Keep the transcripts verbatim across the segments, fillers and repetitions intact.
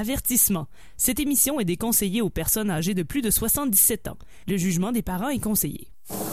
Avertissement. Cette émission est déconseillée aux personnes âgées de plus de soixante-dix-sept ans. Le jugement des parents est conseillé.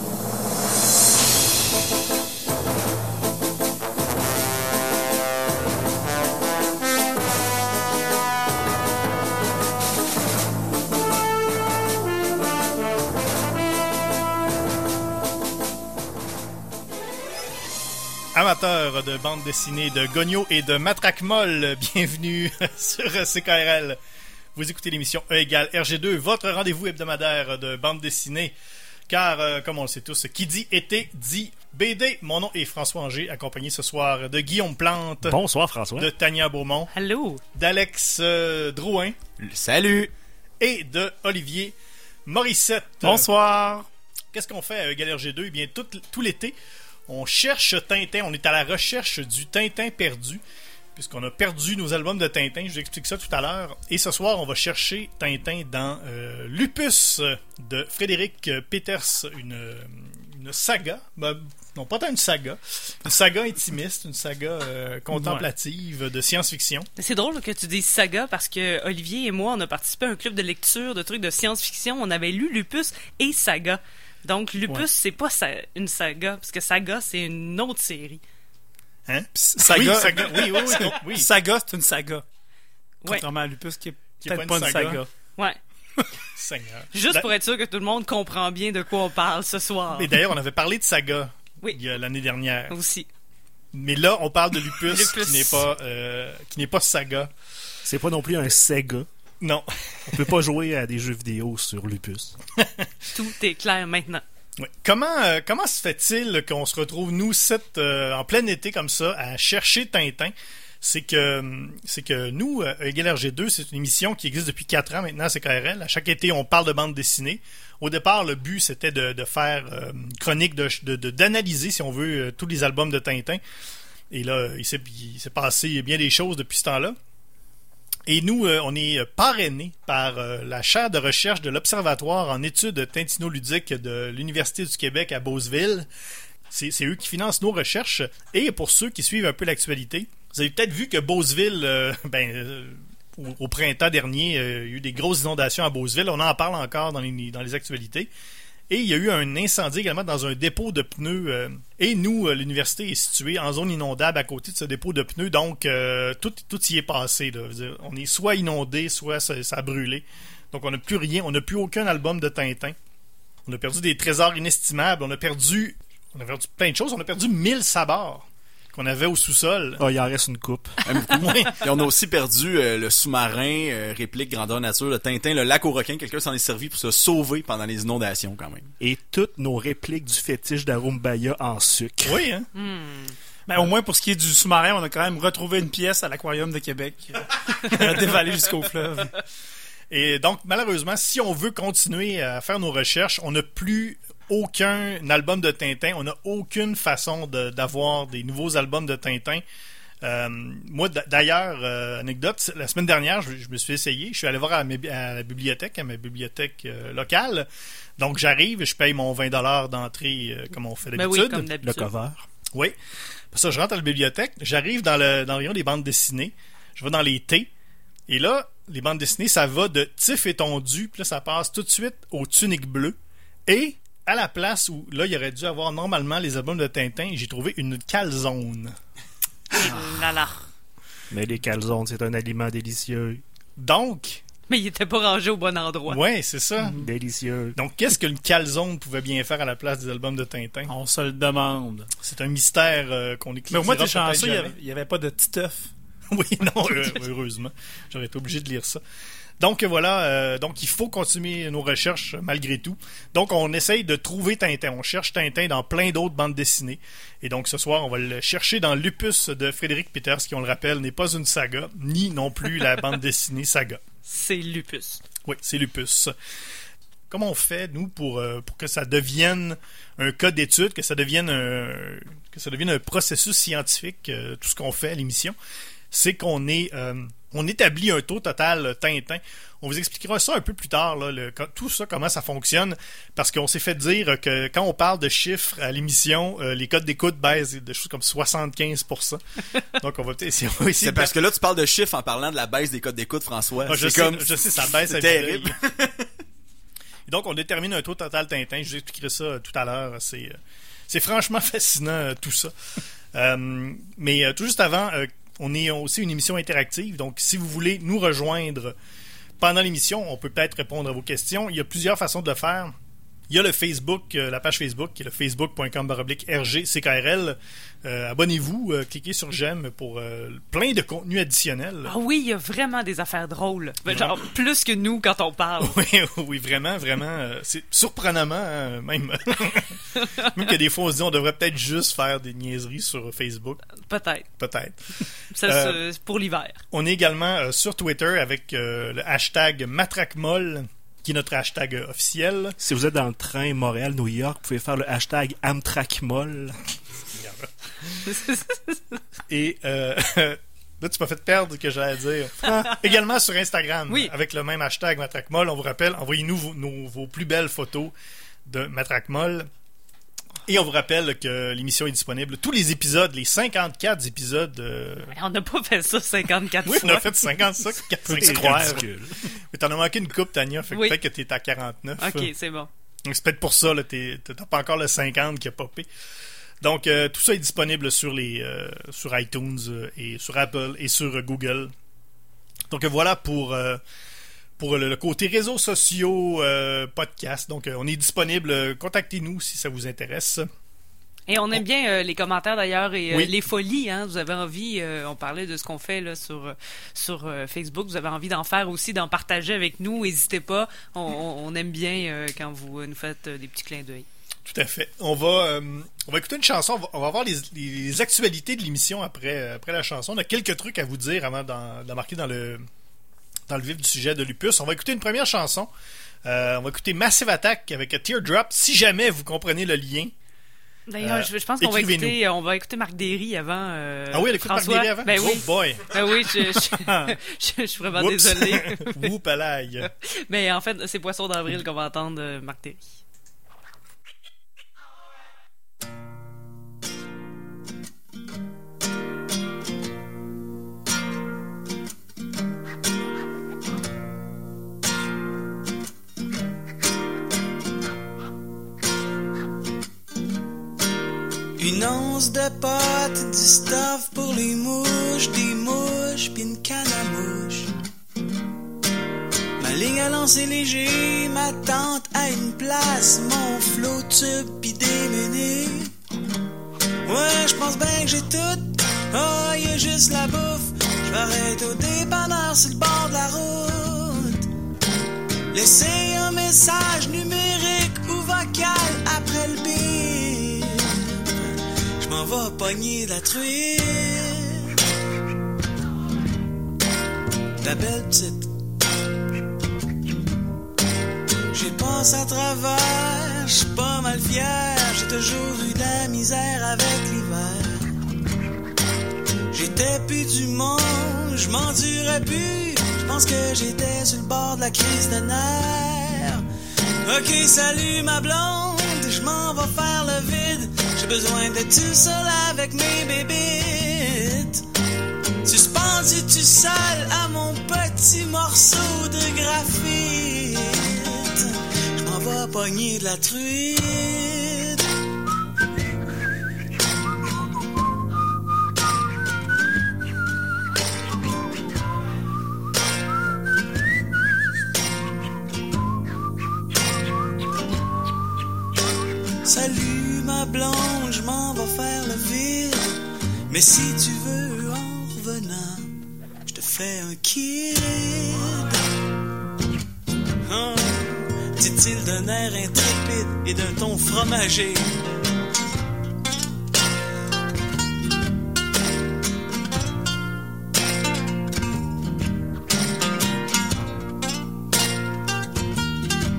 Amateurs de bande dessinée, de Gogno et de Matraque Molle, bienvenue sur C K R L. Vous écoutez l'émission E égale R G deux, votre rendez-vous hebdomadaire de bande dessinée. Car, euh, comme on le sait tous, qui dit été dit B D. Mon nom est François Anger, accompagné ce soir de Guillaume Plante. Bonsoir François. De Tania Beaumont. Allô. D'Alex euh, Drouin. Salut. Et de Olivier Morissette. Bonsoir. Qu'est-ce qu'on fait à E égale R G deux? Eh bien, tout, tout l'été, on cherche Tintin, on est à la recherche du Tintin perdu, puisqu'on a perdu nos albums de Tintin, je vous explique ça tout à l'heure. Et ce soir, on va chercher Tintin dans euh, Lupus de Frédéric Peters, une, une saga, ben, non pas tant une saga, une saga intimiste, une saga euh, contemplative ouais. de science-fiction. C'est drôle que tu dises saga, parce que Olivier et moi, on a participé à un club de lecture de trucs de science-fiction, on avait lu Lupus et saga. Donc, Lupus, ouais. c'est pas sa- une saga, parce que saga, c'est une autre série. Hein? Saga, oui, saga, oui, oui, oui, oui. Saga, c'est une saga. Ouais. Contrairement à Lupus, qui est Qui peut-être est pas pas une une saga. saga. Ouais. Seigneur. Juste Da- pour être sûr que tout le monde comprend bien de quoi on parle ce soir. Et d'ailleurs, on avait parlé de saga Oui. il y a l'année dernière. Aussi. Mais là, on parle de Lupus, Lupus. qui n'est pas euh, qui n'est pas saga. C'est pas non plus un Sega. Non. On peut pas jouer à des jeux vidéo sur Lupus. Tout est clair maintenant. Ouais. Comment euh, comment se fait-il qu'on se retrouve nous sept euh, en plein été comme ça à chercher Tintin? C'est que c'est que nous, euh, E égale R G deux, c'est une émission qui existe depuis quatre ans maintenant à C K R L. À chaque été, on parle de bande dessinée. Au départ, le but, c'était de, de faire euh, une chronique, de, de, de- d'analyser, si on veut, euh, tous les albums de Tintin. Et là, il s'est, il s'est passé bien des choses depuis ce temps-là. Et nous, euh, on est parrainés par euh, la chaire de recherche de l'Observatoire en études tintinoludiques de l'Université du Québec à Beauceville. C'est, c'est eux qui financent nos recherches. Et pour ceux qui suivent un peu l'actualité, vous avez peut-être vu que Beauceville, euh, ben, euh, au, au printemps dernier, euh, il y a eu des grosses inondations à Beauceville. On en parle encore dans les, dans les actualités. Et il y a eu un incendie également dans un dépôt de pneus. euh, et nous, euh, l'université est située en zone inondable à côté de ce dépôt de pneus. Donc, euh, tout, tout y est passé. Là. Je veux dire, on est soit inondé, soit ça, ça a brûlé. Donc, on n'a plus rien. On n'a plus aucun album de Tintin. On a perdu des trésors inestimables. On a perdu, on a perdu plein de choses. On a perdu mille sabords qu'on avait au sous-sol. Ah, il en reste une coupe. Oui. Et on a aussi perdu euh, le sous-marin, euh, réplique grandeur nature, le Tintin, le lac aux requins. Quelqu'un s'en est servi pour se sauver pendant les inondations quand même. Et toutes nos répliques du fétiche d'Arumbaya en sucre. Oui, hein? Ben, au moins, pour ce qui est du sous-marin, on a quand même retrouvé une pièce à l'Aquarium de Québec. On a dévalé jusqu'au fleuve. Et donc, malheureusement, si on veut continuer à faire nos recherches, on n'a plus aucun album de Tintin. On n'a aucune façon de- d'avoir des nouveaux albums de Tintin. Euh, moi, d- d'ailleurs, euh, anecdote, la semaine dernière, je, je me suis essayé. Je suis allé voir à, mes- à la bibliothèque, à ma bibliothèque euh, locale. Donc, j'arrive, je paye mon vingt dollars d'entrée euh, comme on fait Ben oui, d'habitude. comme Le d'habitude. cover. Oui. Pour ça, je rentre à la bibliothèque, j'arrive dans le, dans le rayon des bandes dessinées, je vais dans les T, et là, les bandes dessinées, ça va de Tif étendu, puis là, ça passe tout de suite aux tuniques bleues, et à la place où, là, il aurait dû avoir normalement les albums de Tintin, j'ai trouvé une calzone. Là, là. Mais les calzones, c'est un aliment délicieux. Donc, Mais il était pas rangé au bon endroit. ouais, c'est ça. Délicieux. Donc, qu'est-ce qu'une calzone pouvait bien faire à la place des albums de Tintin? On se le demande. C'est un mystère euh, qu'on Mais éclaircira au moins, t'es peut-être chanceux, il y jamais. avait, il y avait pas de titeuf. Oui, non, euh, heureusement. J'aurais été obligé de lire ça. Donc voilà, euh, donc il faut continuer nos recherches malgré tout. Donc on essaye de trouver Tintin. On cherche Tintin dans plein d'autres bandes dessinées. Et donc ce soir, on va le chercher dans Lupus de Frédéric Peters, qui, on le rappelle, n'est pas une saga, ni non plus la bande dessinée saga. C'est Lupus. Oui, c'est Lupus. Comment on fait, nous, pour, euh, pour que ça devienne un cas d'étude, que ça devienne un, que ça devienne un processus scientifique, euh, tout ce qu'on fait à l'émission? C'est qu'on est, euh, on établit un taux total Tintin. On vous expliquera ça un peu plus tard, là, le, tout ça, comment ça fonctionne, parce qu'on s'est fait dire que quand on parle de chiffres à l'émission, euh, les codes d'écoute baissent de choses comme soixante-quinze pour cent. Donc, on va peut-être essayer, on va essayer C'est de... parce que là, tu parles de chiffres en parlant de la baisse des codes d'écoute, François. Ah, je, c'est sais, comme... je sais, ça baisse. C'est terrible. Et donc, on détermine un taux total Tintin. Je vous expliquerai ça euh, tout à l'heure. C'est, euh, c'est franchement fascinant, euh, tout ça. euh, mais euh, tout juste avant... Euh, on est aussi une émission interactive, donc si vous voulez nous rejoindre pendant l'émission, on peut peut-être répondre à vos questions. Il y a plusieurs façons de le faire. Il y a le Facebook, euh, la page Facebook, qui est le facebook point com baroblique R G C K R L. Euh, abonnez-vous, euh, cliquez sur j'aime pour euh, plein de contenus additionnels. Ah oui, il y a vraiment des affaires drôles. Genre, plus que nous quand on parle. Oui, oui, vraiment, vraiment. Euh, c'est surprenamment, hein, même. Même que des fois, on se dit on devrait peut-être juste faire des niaiseries sur Facebook. Peut-être. Peut-être. Ça, Euh, c'est pour l'hiver. On est également euh, sur Twitter avec euh, le hashtag MatraqueMolle, qui est notre hashtag euh, officiel. Si vous êtes dans le train Montréal-New York, vous pouvez faire le hashtag AmtrakMoll. Et euh, là, tu m'as fait perdre ce que j'allais dire. Également sur Instagram, Oui. avec le même hashtag MatraqueMolle. On vous rappelle, envoyez-nous vos, nos- vos plus belles photos de MatraqueMolle. Et on vous rappelle que l'émission est disponible. Tous les épisodes, les cinquante-quatre épisodes... euh, On n'a pas fait ça cinquantaire Oui, on fois. a fait cinquante-cinq, C'est cinquante ridicule. Mais t'en as manqué une coupe, Tania. Fait que Oui. peut-être que t'es à quarante-neuf. Ok, c'est bon. Donc, c'est peut-être pour ça, là, t'es, t'as pas encore le cinquante qui a popé. Donc, euh, tout ça est disponible sur les euh, sur iTunes euh, et sur Apple et sur euh, Google. Donc, euh, voilà pour, euh, pour le, le côté réseaux sociaux, euh, podcast. Donc, euh, on est disponible. Euh, Contactez-nous si ça vous intéresse. Et on aime bien euh, les commentaires d'ailleurs et euh, Oui. les folies. Hein, vous avez envie, euh, on parlait de ce qu'on fait là sur euh, sur euh, Facebook. Vous avez envie d'en faire aussi, d'en partager avec nous. N'hésitez pas. On, on, on aime bien euh, quand vous euh, nous faites euh, des petits clins d'œil. Tout à fait. On va, euh, on va écouter une chanson. On va, on va voir les, les, les actualités de l'émission après, après la chanson. On a quelques trucs à vous dire avant d'en- d'embarquer dans le, dans le vif du sujet de Lupus. On va écouter une première chanson. Euh, on va écouter Massive Attack avec a Teardrop. Si jamais vous comprenez le lien. D'ailleurs, Euh, je, je pense qu'on va écrivez-nous. écouter, on va écouter Marc Derry avant. Euh, Ah oui, elle écoute Marc François. Derry avant? Ben oui. Oh boy! Ben oui, je, je, je, je suis vraiment Oups. désolée. Whoop, alaï. Mais en fait, c'est Poisson d'avril qu'on va entendre euh, Marc Derry. Une once de pâte, du stuff pour les mouches, des mouches, pis une canne à mouche. Ma ligne à lancer léger, ma tente à une place, mon flot tube pis des menus. Ouais, j'pense bien que j'ai tout, oh, y'a juste la bouffe. J'v'arrête au dépanneur sur le bord de la route. Laissez un message numérique ou vocal après le bip. J'm'en vais pogner la truite. La belle petite. J'ai passé à travers, j'suis pas mal fier. J'ai toujours eu de la misère avec l'hiver. J'étais plus du monde, j'm'endurais plus. J'pense que j'étais sur le bord de la crise de nerfs. Ok, salut ma blonde, j'm'en vais faire le vide. J'ai besoin de tout seul avec mes bébites. Suspendu tout seul à mon petit morceau de graphite. J'm'en vais pogner de la truite. Salut ma blonde, je m'en vais faire le vide. Mais si tu veux en revenant, je te fais un kid. Hein, dit-il d'un air intrépide et d'un ton fromager.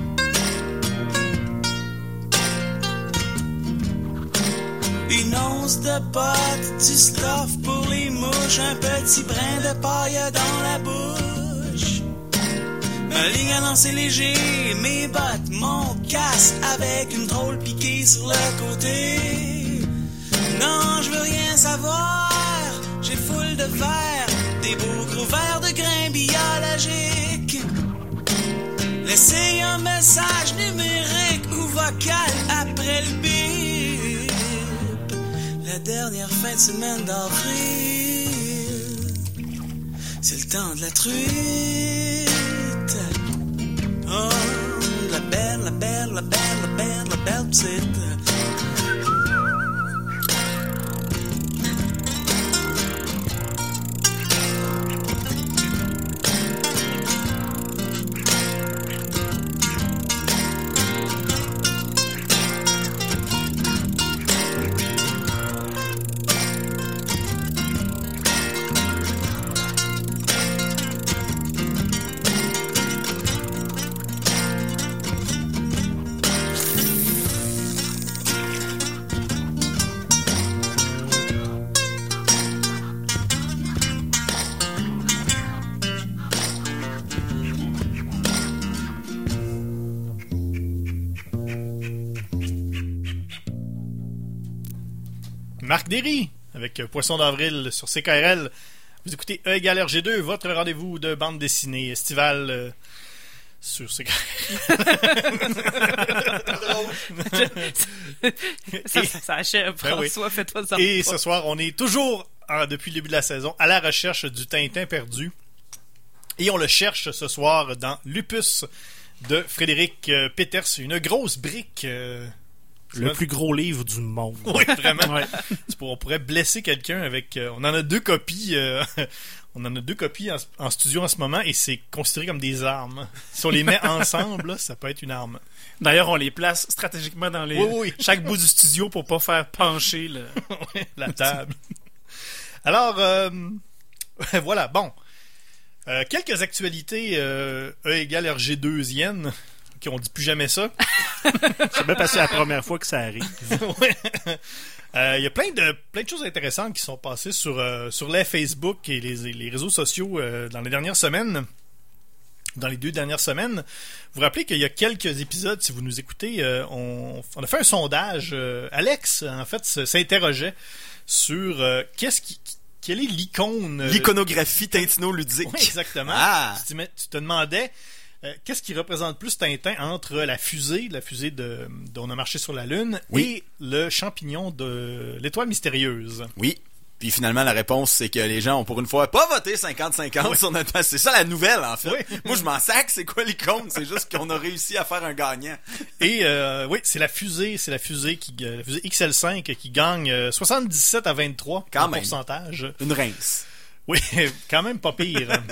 Une once sauce de pote, du stuff pour les mouches, un petit brin de paille dans la bouche. Ma ligne à lancer léger, mes bottes, mon casque avec une drôle piquée sur le côté. Non, je veux rien savoir, j'ai foule de verre, des beaux gros verres de grains biologiques. Laissez un message numérique ou vocal après le bip. La dernière fin de semaine d'avril, c'est le temps de la truite. Oh, la belle, la belle, la belle, la belle, la belle petite. Marc Derry, avec Poisson d'avril sur C K R L. Vous écoutez E égale R G deux, votre rendez-vous de bande dessinée estivale euh, sur C K R L. ça, ça, ça achève, Ben oui. François, fais-toi ça. Et ce soir, on est toujours, euh, depuis le début de la saison, à la recherche du Tintin perdu. Et on le cherche ce soir dans Lupus de Frédéric euh, Peters, une grosse brique... Euh, Le plus gros livre du monde. Oui, vraiment. Ouais. On pourrait blesser quelqu'un avec... Euh, on en a deux copies. Euh, on en a deux copies en, en studio en ce moment et c'est considéré comme des armes. Si on les met ensemble, là, ça peut être une arme. D'ailleurs, on les place stratégiquement dans les Oui, oui. chaque bout du studio pour pas faire pencher le... La table. Alors, euh, voilà, bon. Euh, quelques actualités euh, E égale R G deux-iennes. Okay, on dit plus jamais ça. C'est bien passé la première fois que ça arrive. Ouais. Euh, il y a plein de plein de choses intéressantes qui sont passées sur euh, sur les Facebook et les, les réseaux sociaux euh, dans les dernières semaines. Dans les deux dernières semaines. Vous vous rappelez qu'il y a quelques épisodes, si vous nous écoutez, euh, on, on a fait un sondage. Euh, Alex, en fait, s'interrogeait sur euh, qu'est-ce qui... Quelle est l'icône... Euh, L'iconographie Tintino-ludique. Oui, exactement. Ah! Tu, te- tu te demandais... Euh, qu'est-ce qui représente plus Tintin entre la fusée, la fusée de, dont on a marché sur la Lune, Oui. et le champignon de l'étoile mystérieuse? Oui. Puis finalement, la réponse, c'est que les gens ont pour une fois pas voté cinquante cinquante Oui. sur notre page. C'est ça la nouvelle, en fait. Oui. Moi, je m'en sac, c'est quoi l'icône? C'est juste qu'on a réussi à faire un gagnant. Et euh, oui, c'est la fusée, c'est la fusée qui, euh, la fusée X L cinq qui gagne euh, soixante-dix-sept à vingt-trois Quand en même. pourcentage. Une rince. Oui, quand même pas pire.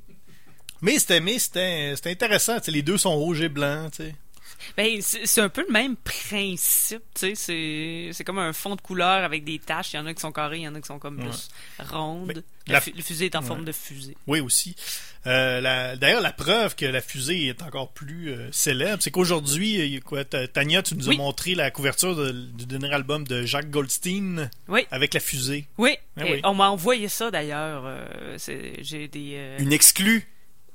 Mais c'était, mais c'était, c'était intéressant. Tu sais, les deux sont rouges et blancs. Tu sais. Ben, c'est c'est un peu le même principe, tu sais, c'est c'est comme un fond de couleur avec des taches, il y en a qui sont carrés, il y en a qui sont comme Ouais. plus rondes. Ben, la, la- fu- le fusée est en Ouais. forme de fusée. Oui, aussi. Euh, la- d'ailleurs, la preuve que la fusée est encore plus euh, célèbre, c'est qu'aujourd'hui, il y a quoi, Ta- Tania, tu nous Oui. as montré la couverture de- du dernier album de Jacques Goldstein Oui, avec la fusée. oui. Ah Et oui. on m'a envoyé ça d'ailleurs. euh, c'est- J'ai des. euh, Une exclusivité.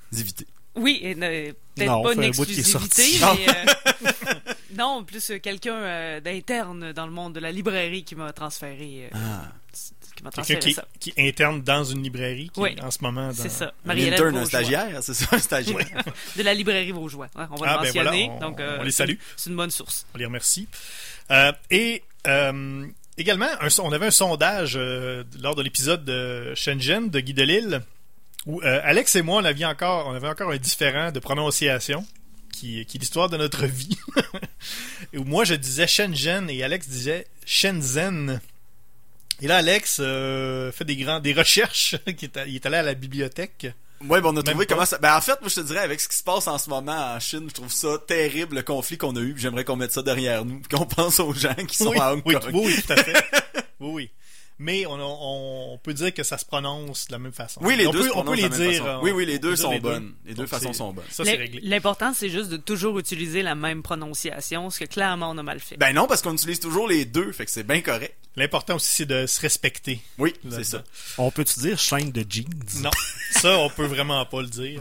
Oui, et, euh, peut-être Non, pas fait une un bout qui est exclusivité, sorti. mais euh, non, plus euh, quelqu'un euh, d'interne dans le monde de la librairie qui m'a transféré, euh, Ah. qui m'a Quelqu'un transféré qui, ça. qui interne dans une librairie qui Oui. est en ce moment dans... C'est ça. Un Marie-Hélène intern, un Vaugeois. stagiaire, c'est ça, un stagiaire. De la librairie Vaugeois. Ouais, on va Ah, le ben mentionner. voilà, on- donc, euh, on les c'est- salue. C'est une bonne source. On les remercie. Euh, et euh, également, un, on avait un sondage euh, lors de l'épisode de Shenzhen de Guy Delisle où euh, Alex et moi, on avait encore, on avait encore un différent de prononciation qui, qui est l'histoire de notre vie. Et où moi, je disais Shenzhen et Alex disait Shenzhen. Et là, Alex euh, fait des grands, des recherches. qui est, à- il est allé à la bibliothèque. Ouais, ben on a trouvé Même pas. comment ça. Ben en fait, moi je te dirais, avec ce qui se passe en ce moment en Chine, je trouve ça terrible le conflit qu'on a eu. puis J'aimerais qu'on mette ça derrière nous, puis qu'on pense aux gens qui sont oui, à Hong oui, Kong. oui, oui, tout à fait. Oui, oui. Mais on, on, on peut dire que ça se prononce de la même façon. Oui, les on deux peut, se on peut prononcent les de la même dire. façon. on- Oui, oui, les on peut deux dire sont les bonnes. Les deux Donc, façons c'est- sont bonnes. Ça, c'est L'im- réglé. L'important, c'est juste de toujours utiliser la même prononciation, ce que clairement on a mal fait. Ben non, parce qu'on utilise toujours les deux, fait que c'est bien correct. L'important aussi, c'est de se respecter. Oui, Là-dedans. c'est ça. On peut-tu dire chaîne de jeans? Non, ça, on peut vraiment pas le dire.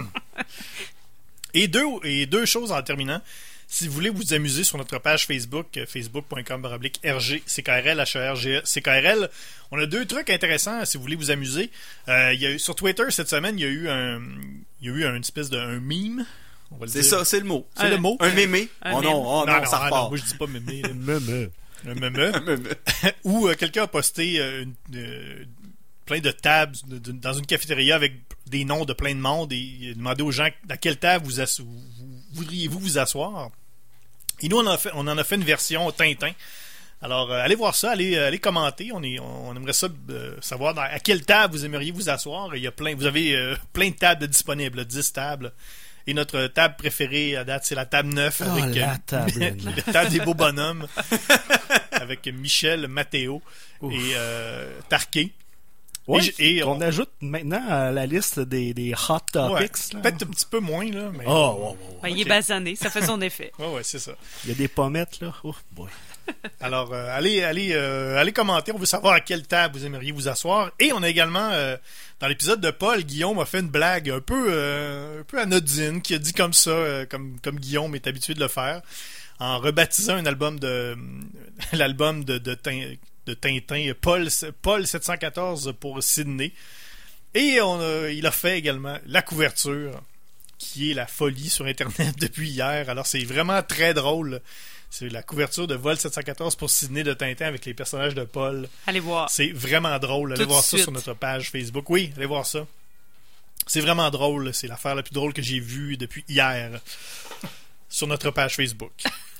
Et deux, et deux choses en terminant. Si vous voulez vous amuser sur notre page Facebook, facebook point com barre oblique R G C K R L, H E R G E C K R L, on a deux trucs intéressants si vous voulez vous amuser. Euh, il y a eu, sur Twitter, cette semaine, il y a eu un, il y a eu une espèce de un meme. On va le C'est dire. ça, c'est le mot. C'est le mot. Un mémé. Un Oh mémé. non, oh non, non, ça non, repart. non, moi je dis pas mémé. là. Me, me. Un meme. Où euh, quelqu'un a posté euh, une, euh, plein de tables de- de- dans une cafétéria avec des noms de plein de monde et il a demandé aux gens à quelle table vous, asso- vous- voudriez-vous vous asseoir. Et nous, on en a fait, on en a fait une version Tintin. Alors, euh, allez voir ça, allez, euh, allez commenter. On, est, on aimerait ça euh, savoir dans- à quelle table vous aimeriez vous asseoir. Il y a plein, vous avez euh, plein de tables disponibles, dix tables. Et notre table préférée à date, c'est la table neuf Oh, avec la euh, table la table des beaux bonhommes avec Michel, Mathéo Ouf. et euh, Tarquet. Ouais, Et, et on, on- ajoute maintenant à la liste des, des hot Ouais, topics. là. peut-être un petit peu moins, là. Mais... Oh, ouais, ouais, ouais. Ben, il est Ok. basané, ça fait son effet. Ouais, ouais, c'est ça. Il y a des pommettes, là. Oh, boy. Alors, euh, allez, allez, euh, allez commenter. On veut savoir à quelle table vous aimeriez vous asseoir. Et on a également, euh, dans l'épisode de Paul, Guillaume a fait une blague un peu, euh, un peu anodine, qui a dit comme ça, euh, comme, comme Guillaume est habitué de le faire, en rebaptisant un album de, l'album de, de, Tin- de Tintin, Paul, Paul sept cent quatorze pour Sydney. Et on a- il a fait également la couverture, qui est la folie sur Internet depuis hier. Alors, c'est vraiment très drôle. C'est la couverture de Vol sept cent quatorze pour Sydney de Tintin avec les personnages de Paul. Allez voir. C'est vraiment drôle. Allez Tout de voir ça suite. sur notre page Facebook. Oui, allez voir ça. C'est vraiment drôle. C'est l'affaire la plus drôle que j'ai vue depuis hier sur notre page Facebook.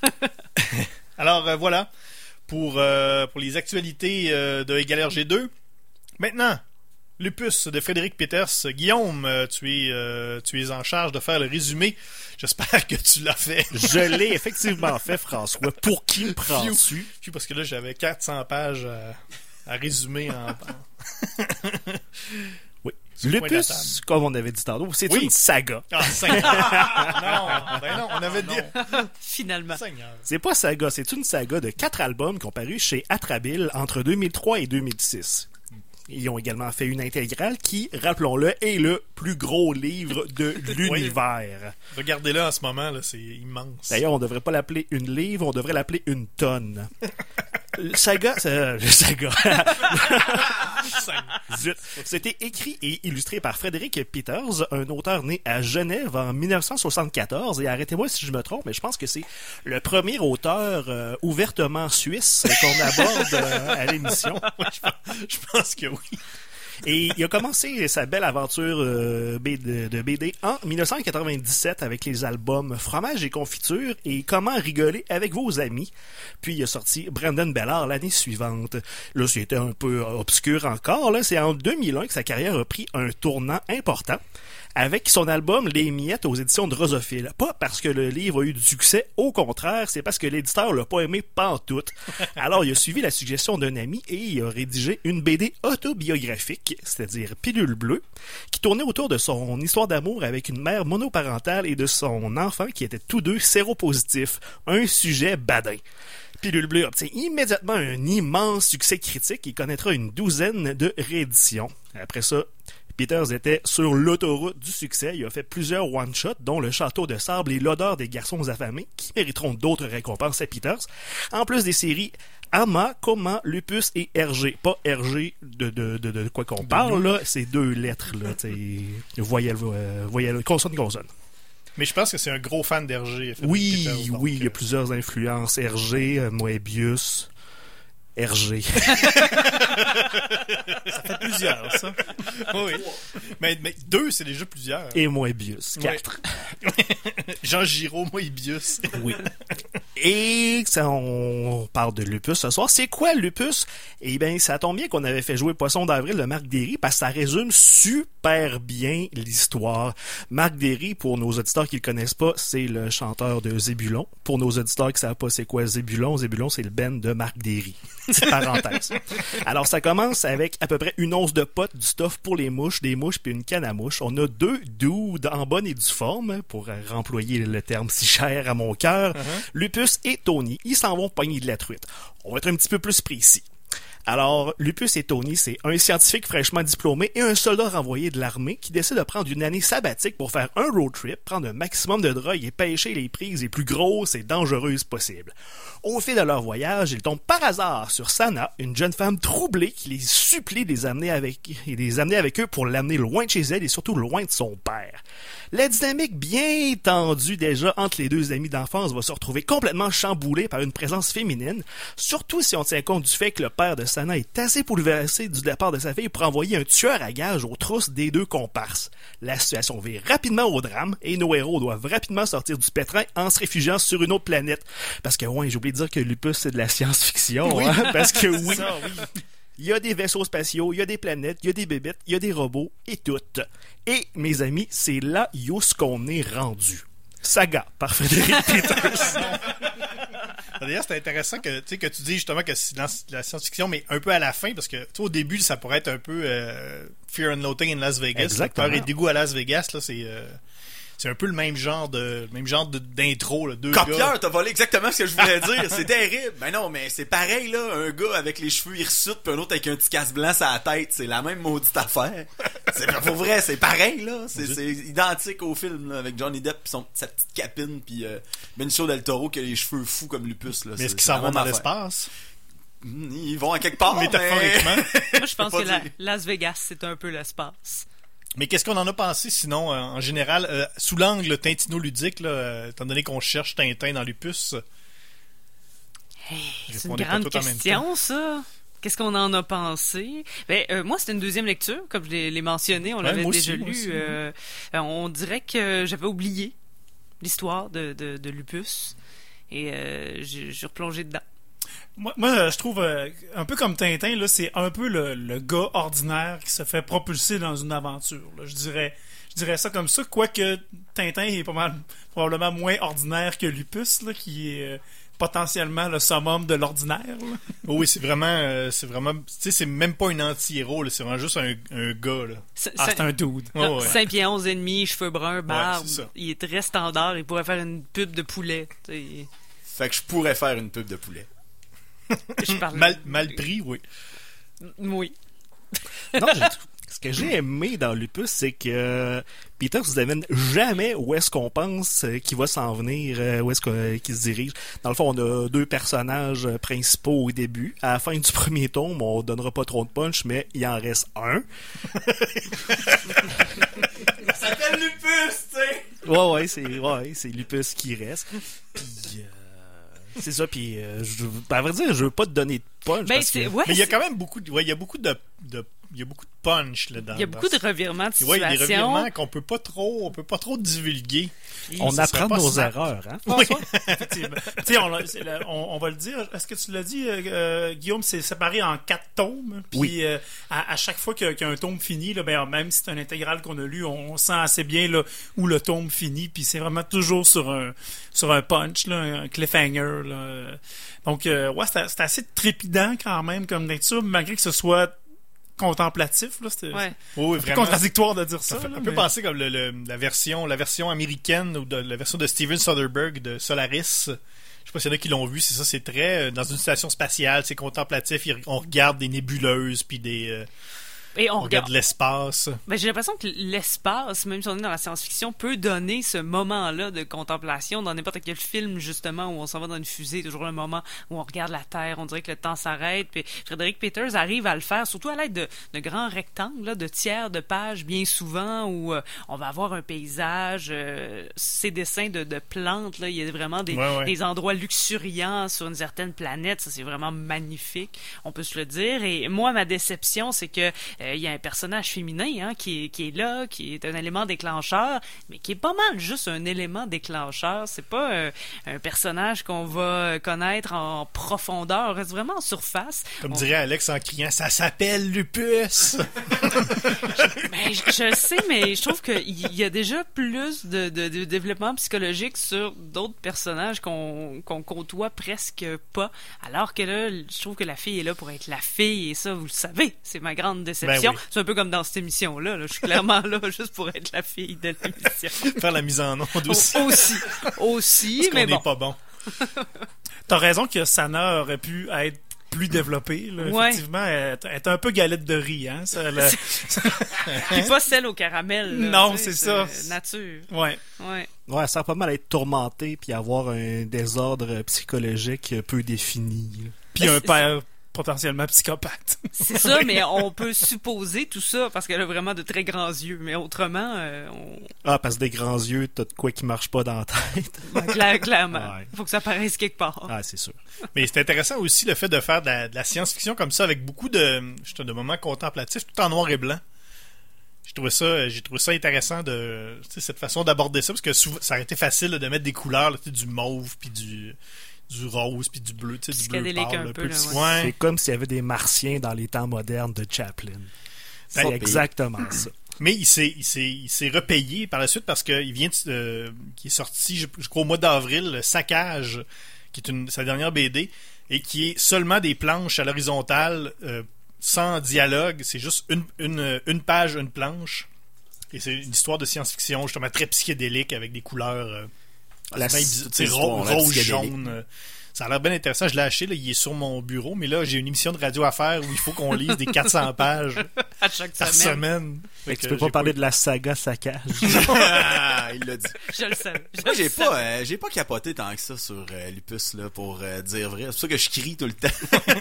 Alors, euh, voilà pour, euh, pour les actualités euh, de Égal R G deux. Maintenant, Lupus de Frédéric Peters. Guillaume, euh, tu es, euh, tu es en charge de faire le résumé. J'espère que tu l'as fait. Je l'ai effectivement fait, François. Pour qui me prends-tu? Puis parce que là, j'avais quatre cents pages à, à résumer en... Oui. Sur le coin de la table. Lupus, comme on avait dit tantôt, c'est Oui. une saga. Ah, Seigneur! non, ben non, on avait dit... Finalement. Seigneur. C'est pas saga, c'est une saga de quatre albums qui ont paru chez Atrabile entre deux mille trois et deux mille six. Ils ont également fait une intégrale qui, rappelons-le, est le plus gros livre de l'univers. Regardez-le en ce moment, là, c'est immense. D'ailleurs, on devrait pas l'appeler une livre, on devrait l'appeler une tonne. Le saga, c'est- le saga. Zut. C'était écrit et illustré par Frédéric Peters, un auteur né à Genève en dix-neuf cent soixante-quatorze. Et arrêtez-moi si je me trompe, mais je pense que c'est le premier auteur euh, ouvertement suisse qu'on aborde euh, à l'émission. Ouais, je, pense, je pense que oui. Et il a commencé sa belle aventure euh, B- de, de B D en dix-neuf cent quatre-vingt-dix-sept avec les albums Fromage et Confiture et Comment rigoler avec vos amis. Puis il a sorti Brandon Bellard l'année suivante. Là, c'était un peu obscur encore. Là, c'est en deux mille un que sa carrière a pris un tournant important avec son album Les Miettes aux éditions de Drosophile. Pas parce que le livre a eu du succès, au contraire, c'est parce que l'éditeur l'a pas aimé pantoute. Alors, il a suivi la suggestion d'un ami et il a rédigé une B D autobiographique, c'est-à-dire Pilule Bleue, qui tournait autour de son histoire d'amour avec une mère monoparentale et de son enfant qui étaient tous deux séropositifs. Un sujet badin. Pilule Bleue obtient immédiatement un immense succès critique et connaîtra une douzaine de rééditions. Après ça, Peters était sur l'autoroute du succès. Il a fait plusieurs one-shots, dont Le Château de Sable et L'odeur des garçons affamés, qui mériteront d'autres récompenses à Peters, en plus des séries Ama, Coma, Lupus et R G. Pas R G de, de, de, de quoi qu'on parle, là. C'est deux lettres, là. Voyelle, euh, voyelle, consonne, consonne. Mais je pense que c'est un gros fan d'R G. Frédéric Oui, Peters, donc, oui, il y euh, a plusieurs influences. R G, euh, Moebius, R G. Ça fait plusieurs, ça. oui. Mais, mais deux, c'est déjà plusieurs. Et Moebius, quatre. Jean Giraud, Moebius. Oui. Et ça, on parle de Lupus ce soir. C'est quoi Lupus? Eh bien, ça tombe bien qu'on avait fait jouer Poisson d'avril de Marc Derry parce que ça résume super bien l'histoire. Marc Derry, pour nos auditeurs qui le connaissent pas, c'est le chanteur de Zébulon. Pour nos auditeurs qui savent pas c'est quoi Zébulon, Zébulon, c'est le band de Marc Derry. Petite parenthèse. Alors, ça commence avec à peu près une once de pot, du stuff pour les mouches, des mouches puis une canne à mouches. On a deux dudes en bonne et due forme, pour remployer le terme si cher à mon cœur. Uh-huh. Lupus et Tony, ils s'en vont pogner de la truite. On va être un petit peu plus précis. Alors, Lupus et Tony, c'est un scientifique fraîchement diplômé et un soldat renvoyé de l'armée qui décide de prendre une année sabbatique pour faire un road trip, prendre un maximum de drogue et pêcher les prises les plus grosses et dangereuses possibles. Au fil de leur voyage, ils tombent par hasard sur Sana, une jeune femme troublée qui les supplie de les amener avec, et de les amener avec eux pour l'amener loin de chez elle et surtout loin de son père. La dynamique bien tendue déjà entre les deux amis d'enfance va se retrouver complètement chamboulée par une présence féminine, surtout si on tient compte du fait que le père de Sana est assez bouleversé du départ de sa fille pour envoyer un tueur à gages aux trousses des deux comparses. La situation vire rapidement au drame et nos héros doivent rapidement sortir du pétrin en se réfugiant sur une autre planète. Parce que, ouais, j'ai oublié de dire que Lupus, c'est de la science-fiction, oui. hein? Parce que oui, Ça, oui. il y a des vaisseaux spatiaux, il y a des planètes, il y a des bébêtes, il y a des robots et tout. Et, mes amis, c'est là où ce qu'on est rendu. Saga, par Frédéric Peters. D'ailleurs, c'est intéressant que, tu sais, que tu dis justement que c'est dans la science-fiction, mais un peu à la fin, parce que tu sais, au début, ça pourrait être un peu euh, Fear and Loathing in Las Vegas. Exactement. Peur et dégoût à Las Vegas, là, c'est... Euh... C'est un peu le même genre de même genre de, d'intro, là. Deux Copieur, gars. t'as volé exactement ce que je voulais dire. C'est terrible. Ben non, mais c'est pareil, là. Un gars avec les cheveux hirsutes pis un autre avec un petit casse blanc sur la tête. C'est la même maudite affaire. C'est pour vrai, c'est pareil, là. C'est, c'est identique au film, là, avec Johnny Depp pis son, sa petite capine pis euh, Benicio del Toro qui a les cheveux fous comme Lupus, là. Mais est-ce c'est, qu'ils s'en c'est vont la dans même l'espace? affaire. Ils vont à quelque part, Métaphoriquement. mais... Moi, je pense pas que la- dire. Las Vegas, c'est un peu l'espace. Mais qu'est-ce qu'on en a pensé sinon, euh, en général, euh, sous l'angle tintino-ludique, là, euh, étant donné qu'on cherche Tintin dans Lupus? Hey, c'est une Répondez pas grande tout en même question, ça. Qu'est-ce qu'on en a pensé? Ben, euh, moi, c'était une deuxième lecture, comme je l'ai, l'ai mentionné. On Ouais, l'avait moi déjà aussi, moi lu. aussi, euh, euh, on dirait que j'avais oublié l'histoire de, de, de Lupus. Et euh, j'ai, j'ai replongé dedans. Moi, moi, euh, je trouve, euh, un peu comme Tintin, là, c'est un peu le, le gars ordinaire qui se fait propulser dans une aventure. Là. Je dirais, je dirais ça comme ça, quoique Tintin est pas mal, probablement moins ordinaire que Lupus, là, qui est euh, potentiellement le summum de l'ordinaire. Là. Oh oui, c'est vraiment, euh, c'est vraiment, tu sais, c'est même pas un anti-héros, là, c'est vraiment juste un, un gars, là. C- Ah, cin- c'est un dude. Oh, ouais. cinq pieds onze et demi, cheveux bruns, barbe. c'est ça. Il est très standard. Il pourrait faire une pub de poulet. tu sais. Fait que je pourrais faire une pub de poulet. Je parle... Mal, mal pris, oui. Oui. Non, j'ai- ce que j'ai aimé dans Lupus, c'est que Peter nous amène jamais où est-ce qu'on pense euh, qu'il va s'en venir, euh, où est-ce que- euh, qu'il se dirige. Dans le fond, on a deux personnages euh, principaux au début. À la fin du premier tome, on donnera pas trop de punch, mais il en reste un. Ça s'appelle Lupus, tu sais! Ouais, ouais, c'est, ouais, c'est Lupus qui reste. Puis, euh, c'est ça, puis, euh, je, ben, à vrai dire, je veux pas te donner de punch. Ben, parce c'est... que... Ouais, Mais il y a c'est- quand même beaucoup de, ouais, il y a beaucoup de, de il y a beaucoup de punch, là, dans il y a beaucoup de revirements de Ouais, il y a des situation. revirements qu'on peut pas trop, on peut pas trop divulguer. On ça serait apprend pas de nos smart. erreurs, hein. François? Effectivement. Tu sais, on, l'a- c'est la- on, on va le dire. Est-ce que tu l'as dit, euh, euh, Guillaume, c'est séparé en quatre tomes. Puis Oui. euh, à, à chaque fois que- qu'un tome finit, là, ben, même si c'est un intégral qu'on a lu, on, on sent assez bien là, où le tome finit. Puis c'est vraiment toujours sur un, sur un punch, là, un cliffhanger. Là. Donc, euh, ouais, c'est, c'est assez trépidant quand même comme lecture, malgré que ce soit contemplatif. Là, c'était Ouais. Oui, oui, c'est vraiment. contradictoire de dire ça. Ça fait là, un peu mais- penser comme le, le- la version la version américaine ou de, la version de Steven Soderbergh de Solaris. Je sais pas s'il y en a qui l'ont vu, c'est ça, c'est très euh, dans une station spatiale, c'est contemplatif, il- on regarde des nébuleuses puis des euh, Et on on regarde regarde. l'espace. Ben, j'ai l'impression que l'espace, même si on est dans la science-fiction, peut donner ce moment-là de contemplation dans n'importe quel film, justement, où on s'en va dans une fusée, toujours le moment où on regarde la Terre, on dirait que le temps s'arrête. Puis Frédéric Peters arrive à le faire, surtout à l'aide de, de grands rectangles, là, de tiers de page, bien souvent, où euh, on va avoir un paysage, euh, ces dessins de, de plantes, là, il y a vraiment des, Ouais, ouais. des endroits luxuriants sur une certaine planète. Ça, c'est vraiment magnifique, on peut se le dire. Et moi, ma déception, c'est que euh, il y a un personnage féminin hein, qui, est, qui est là, qui est un élément déclencheur, mais qui est pas mal juste un élément déclencheur. C'est pas euh, un personnage qu'on va connaître en profondeur. On reste vraiment en surface. Comme On- dirait Alex en criant, ça s'appelle Lupus. Ben, je, je le sais, mais je trouve qu'il y a déjà plus de, de, de développement psychologique sur d'autres personnages qu'on qu'on côtoie presque pas. Alors que là, je trouve que la fille est là pour être la fille, et ça, vous le savez, c'est ma grande déception. Ben oui. C'est un peu comme dans cette émission-là. Là. Je suis clairement là juste pour être la fille de l'émission. Faire la mise en onde aussi. Au- aussi. Aussi, Parce qu'on mais n'est bon. pas bon. T'as raison que Sana aurait pu être plus développée. Là. Ouais. Effectivement, elle, elle est un peu galette de riz. Hein, ça, là. Puis pas celle au caramel. Là, Non, tu sais, c'est ça. Nature. Ouais. Ouais. Ouais, ça a pas mal à être tourmenté puis avoir un désordre psychologique peu défini. Là. Puis un père potentiellement psychopathe. C'est ça, mais on peut supposer tout ça parce qu'elle a vraiment de très grands yeux. Mais autrement, euh, on... Ah, parce que des grands yeux, t'as de quoi qui marche pas dans la tête. ben, clair- clairement, Ouais. faut que ça paraisse quelque part. Ah, c'est sûr. Mais c'est intéressant aussi le fait de faire de la, de la science-fiction comme ça avec beaucoup de, je sais, de moments contemplatifs, tout en noir et blanc. J'ai trouvé ça, j'ai trouvé ça intéressant de, tu sais, cette façon d'aborder ça parce que souvent, ça aurait été facile là, de mettre des couleurs, là, tu sais, du mauve puis du, du rose puis du bleu, tu sais, du bleu Psychédélique pâle, un un peu, peu. là, psy- ouais. ouais. C'est comme s'il y avait des martiens dans les temps modernes de Chaplin. C'est Ben, exactement ça. Mais il s'est, il s'est, il s'est repayé par la suite parce qu'il vient, de, euh, qui est sorti, je, je crois au mois d'avril, le Saccage, qui est une, sa dernière B D et qui est seulement des planches à l'horizontale, euh, sans dialogue. C'est juste une, une, une page, une planche. Et c'est une histoire de science-fiction, justement très psychédélique avec des couleurs euh, La- bien, toutes tu sais, ces ro- histoires-là, rose, psychédéliques. jaune. euh, Ça a l'air bien intéressant. Je l'ai acheté, là, il est sur mon bureau, mais là, j'ai une émission de radio à faire où il faut qu'on lise des quatre cents pages À chaque par semaine. semaine. Fait Fait que tu que peux pas j'ai parler de la saga Saccage. Ah, il l'a dit. Je le savais. Je Moi, le j'ai savais. pas, euh, j'ai pas capoté tant que ça sur euh, Lupus, là, pour euh, dire vrai. C'est pour ça que je crie tout le temps.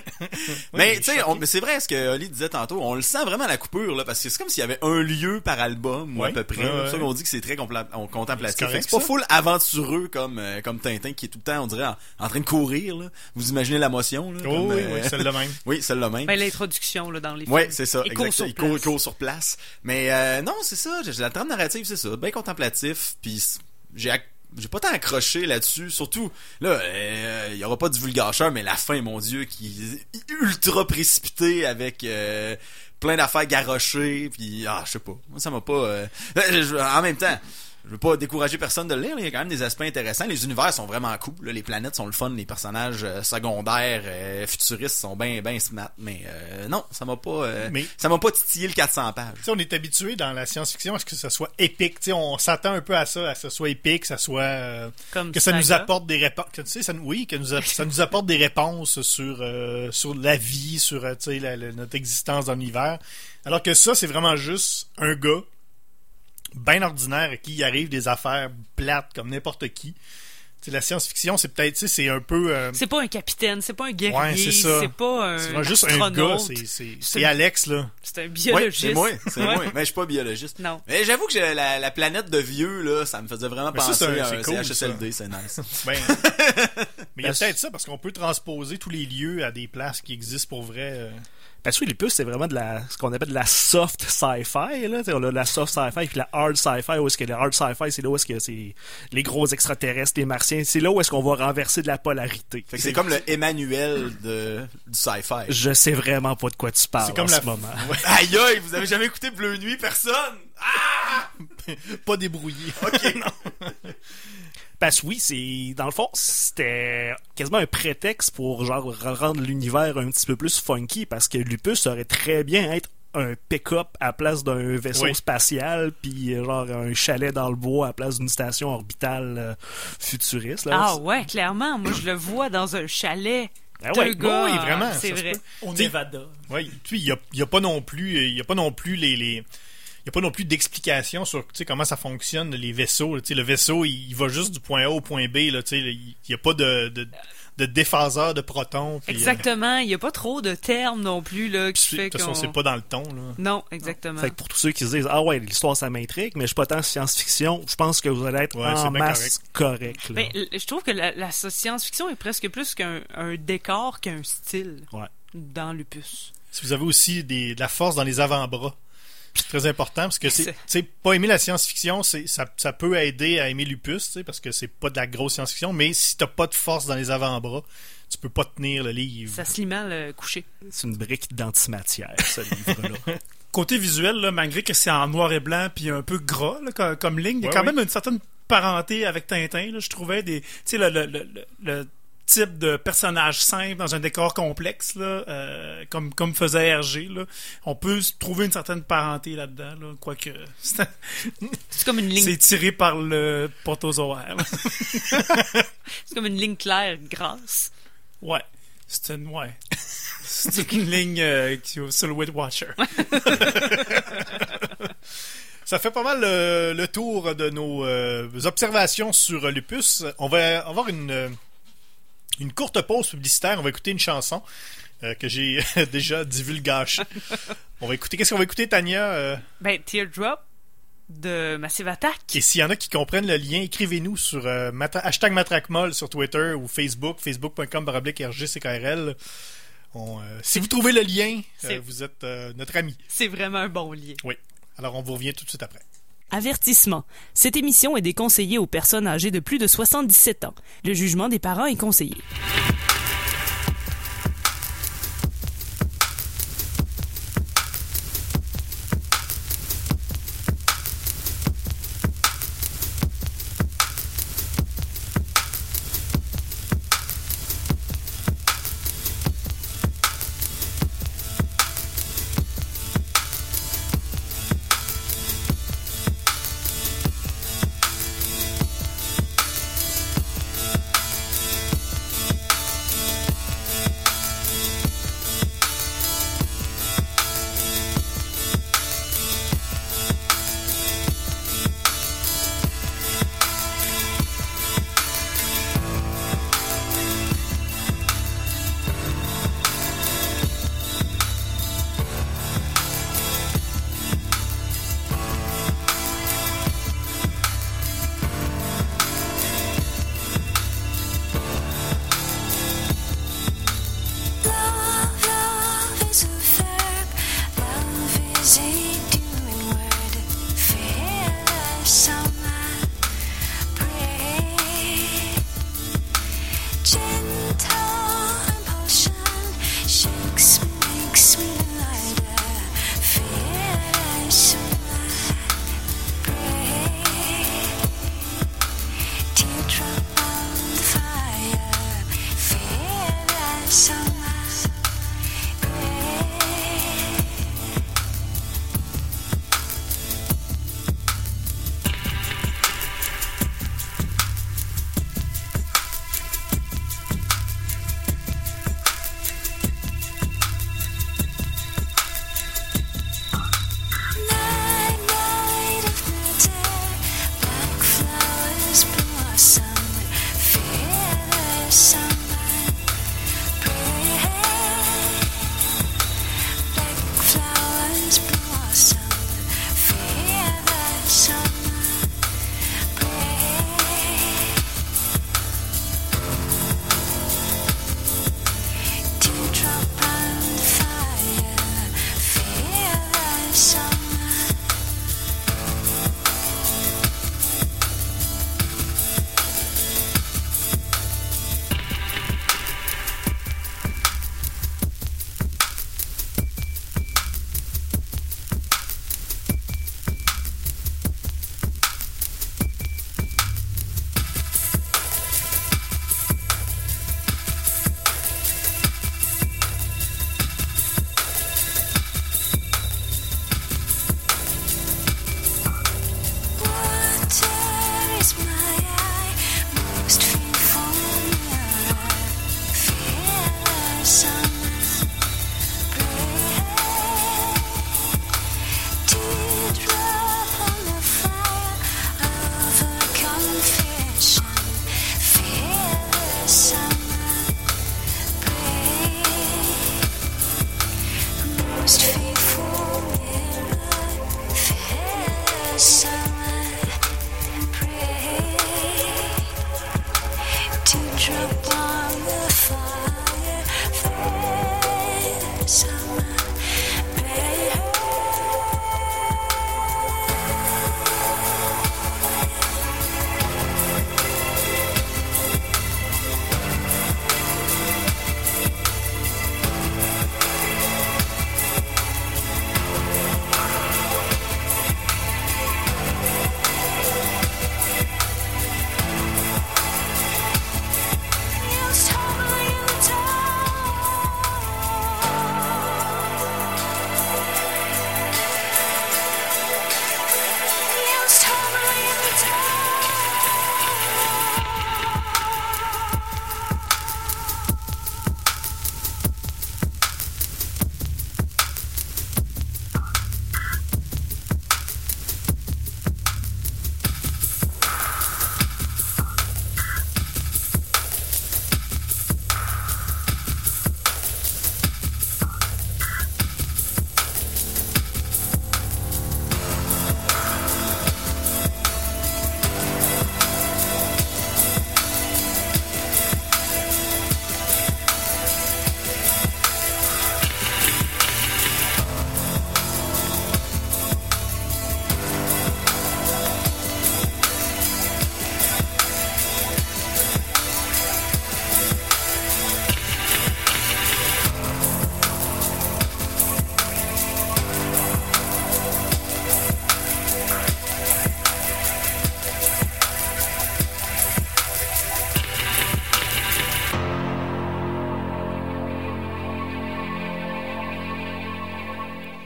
mais, tu sais, on- mais c'est vrai ce que Oli disait tantôt. On le sent vraiment à la coupure, là, parce que c'est comme s'il y avait un lieu par album, ou à Ouais. peu près. Ouais, C'est pour ouais. ça qu'on dit que c'est très compla- on- contemplatif. C'est correct, Fait que c'est pas ça. full aventureux comme, euh, comme Tintin, qui est tout le temps, on dirait, en, en train de courir, là. Vous imaginez la motion, là? Oh, comme, oui, euh, oui, celle-là même. oui, celle-là même. Ben, l'introduction là, dans les films. Ouais, c'est ça. Il court exact. sur Il court, place. il court sur place. Mais euh, non, c'est ça. J'ai- La trame narrative, c'est ça. Bien contemplatif. Puis j'ai ac- j'ai pas tant accroché là-dessus. Surtout, là, euh, il y aura pas de divulgateur, mais la fin, mon Dieu, qui est ultra précipitée avec euh, plein d'affaires garochées. Puis ah, je sais pas. Moi, ça m'a pas. euh, je- en même temps. Je veux pas décourager personne de le lire, là. Il y a quand même des aspects intéressants. Les univers sont vraiment cool, là. Les planètes sont le fun, les personnages euh, secondaires, euh, futuristes sont bien bien smart, mais euh, non, ça m'a pas euh, Mais- ça m'a pas titillé le quatre cents pages. Tu sais, on est habitué dans la science-fiction à ce que ça soit épique. Tu sais, on s'attend un peu à ça, à ce que ça soit épique, que ça soit euh, Comme que ça nous Saga. apporte des réponses. Tu sais, ça, nous- oui, que nous a- ça nous apporte des réponses sur euh, sur la vie, sur euh, tu sais la- la- notre existence dans l'univers. Alors que ça, c'est vraiment juste un gars bien ordinaire à qui il arrive des affaires plates comme n'importe qui. Tu sais, la science-fiction, c'est peut-être, tu sais, c'est un peu. euh, C'est pas un capitaine, c'est pas un guerrier, Ouais, c'est ça. c'est pas un c'est vraiment juste un gars. astronaute. C'est c'est C'est- c'est Alex là. C'est un Ouais, biologiste. c'est moi, c'est Ouais. moi. Mais je suis pas biologiste. Non. Mais j'avoue que j'ai- la, la planète de vieux là, ça me faisait vraiment Mais ça, penser c'est un- à c'est un cool, C H S L D, c'est nice. Ben, mais il y a peut-être ça parce qu'on peut transposer tous les lieux à des places qui existent pour vrai. euh. Parce que Lupus, c'est vraiment de la, ce qu'on appelle de la soft sci-fi, là. T'sais, on a la soft sci-fi puis la hard sci-fi, où est-ce que le hard sci-fi, c'est là où est-ce que c'est les gros extraterrestres, les martiens, c'est là où est-ce qu'on va renverser de la polarité. Fait que c'est comme le Emmanuel de, du sci-fi. Je sais vraiment pas de quoi tu parles C'est comme en la ce moment. Ouais, Aïe aïe, vous avez jamais écouté Bleu Nuit, personne? pas débrouillé. Ok. Parce que oui, c'est dans le fond, c'était quasiment un prétexte pour genre rendre l'univers un petit peu plus funky, parce que Lupus aurait très bien être un pick-up à la place d'un vaisseau Oui. spatial, puis euh, genre un chalet dans le bois à la place d'une station orbitale euh, futuriste. Là. Ah ouais, clairement. Moi, je le vois dans un chalet. Ah Deux ouais, gars, oui, vraiment, c'est ça se vrai. peut. Au T'sais- Nevada. Ouais, puis il y a, il y a pas non plus, il y a pas non plus les, les il y a pas non plus d'explication sur tu sais comment ça fonctionne les vaisseaux. là. Tu sais, le vaisseau, il, il va juste du point A au point B. Là, tu sais, il n'y a pas de, de, de déphaseur de protons. puis, euh, Exactement. Il n'y a pas trop de termes non plus là, qui puis, fait de toute façon, qu'on... c'est pas dans le ton. Là. Non, exactement. Fait que pour tous ceux qui se disent ah ouais, l'histoire ça m'intrigue, mais je suis pas tant science-fiction, je pense que vous allez être Ouais, c'est en bien masse correct. là. Ben, l- je trouve que la, la science-fiction est presque plus qu'un un décor qu'un style Ouais. dans Lupus. Si vous avez aussi des, de la force dans les avant-bras, c'est très important parce que c'est, C'est- tu sais, pas aimer la science-fiction, c'est, ça, ça peut aider à aimer Lupus, tu sais, parce que c'est pas de la grosse science-fiction, mais si t'as pas de force dans les avant-bras, tu peux pas tenir le livre. Ça se lit mal euh, couché. C'est une brique d'antimatière, ce livre-là. Côté visuel, là, malgré que c'est en noir et blanc puis un peu gras là, comme, comme ligne, il y a Ouais, quand oui. même une certaine parenté avec Tintin. Là, je trouvais des, tu sais, le, le, le, le- le type de personnage simple dans un décor complexe, là, euh, comme, comme faisait R G. Là. On peut s- trouver une certaine parenté là-dedans, là, quoique c'est C'est comme une ligne, c'est tiré par le protozoaire. là. c'est comme une ligne claire grasse. Ouais. C'est une, ouais. C'est une ligne euh, qui est sur le Weight Watcher. Ça fait pas mal le, le tour de nos euh, observations sur euh, Lupus. On va avoir une, euh, une courte pause publicitaire. On va écouter une chanson euh, que j'ai déjà divulgâchée. On va écouter. Qu'est-ce qu'on va écouter, Tania? Euh... Ben, Teardrop de Massive Attack. Et s'il y en a qui comprennent le lien, écrivez-nous sur euh, matra- hashtag matraquemol sur Twitter ou Facebook, facebook point com slash R G C K R L. On, euh, si vous trouvez le lien, euh, vous êtes euh, notre ami. C'est vraiment un bon lien. Oui. Alors, on vous revient tout de suite après. Avertissement. Cette émission est déconseillée aux personnes âgées de plus de soixante-dix-sept ans. Le jugement des parents est conseillé.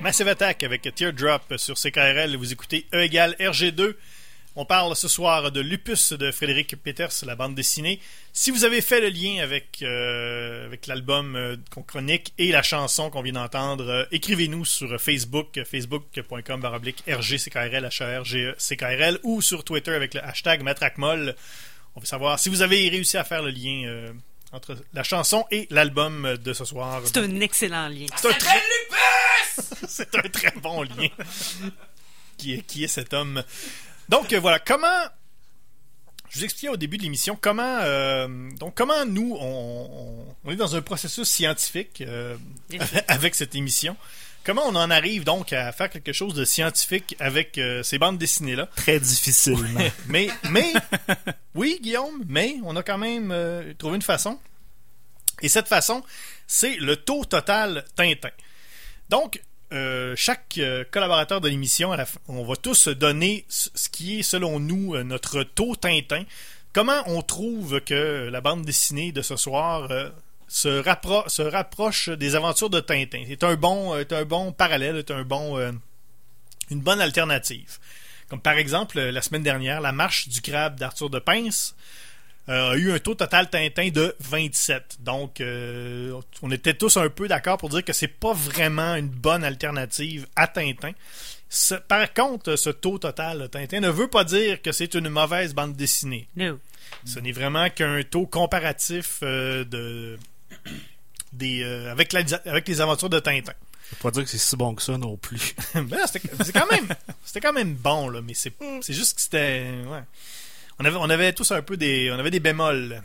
Massive Attack avec Teardrop sur C K R L. Vous écoutez E égale R G deux. On parle ce soir de Lupus de Frédéric Peters, la bande dessinée. Si vous avez fait le lien avec, euh, avec l'album euh, qu'on chronique et la chanson qu'on vient d'entendre, euh, écrivez-nous sur Facebook, facebook.com barre oblique RGCKRL, H A R G E C K R L, ou sur Twitter avec le hashtag Matraquemolle. On veut savoir si vous avez réussi à faire le lien euh, entre la chanson et l'album de ce soir. C'est un excellent lien. C'est un très... C'est un très bon lien. qui, est, qui est cet homme? Donc euh, voilà, comment... Je vous expliquais au début de l'émission comment... Euh, donc comment nous, on, on, on est dans un processus scientifique euh, avec cette émission. Comment on en arrive donc à faire quelque chose de scientifique avec euh, ces bandes dessinées-là? Très difficilement. mais, mais, oui, Guillaume, mais on a quand même euh, trouvé une façon. Et cette façon, c'est le taux total Tintin. Donc, euh, chaque euh, collaborateur de l'émission, à la fin, on va tous donner ce qui est, selon nous, euh, notre taux Tintin. Comment on trouve que la bande dessinée de ce soir... Euh, Se, rappro- se rapproche des aventures de Tintin. C'est un bon, euh, c'est un bon parallèle, c'est un bon, euh, une bonne alternative. Comme par exemple, la semaine dernière, La Marche du Crabe d'Arthur de Pince euh, a eu un taux total Tintin de vingt-sept. Donc, euh, on était tous un peu d'accord pour dire que c'est pas vraiment une bonne alternative à Tintin. Ce, par contre, ce taux total Tintin ne veut pas dire que c'est une mauvaise bande dessinée. No. Ce n'est vraiment qu'un taux comparatif euh, de... Des, euh, avec, la, avec les aventures de Tintin. Je peux pas dire que c'est si bon que ça non plus. ben, c'était, c'est quand même, c'était quand même bon, là, mais c'est, c'est juste que c'était... Ouais. On, avait, on avait tous un peu des... On avait des bémols.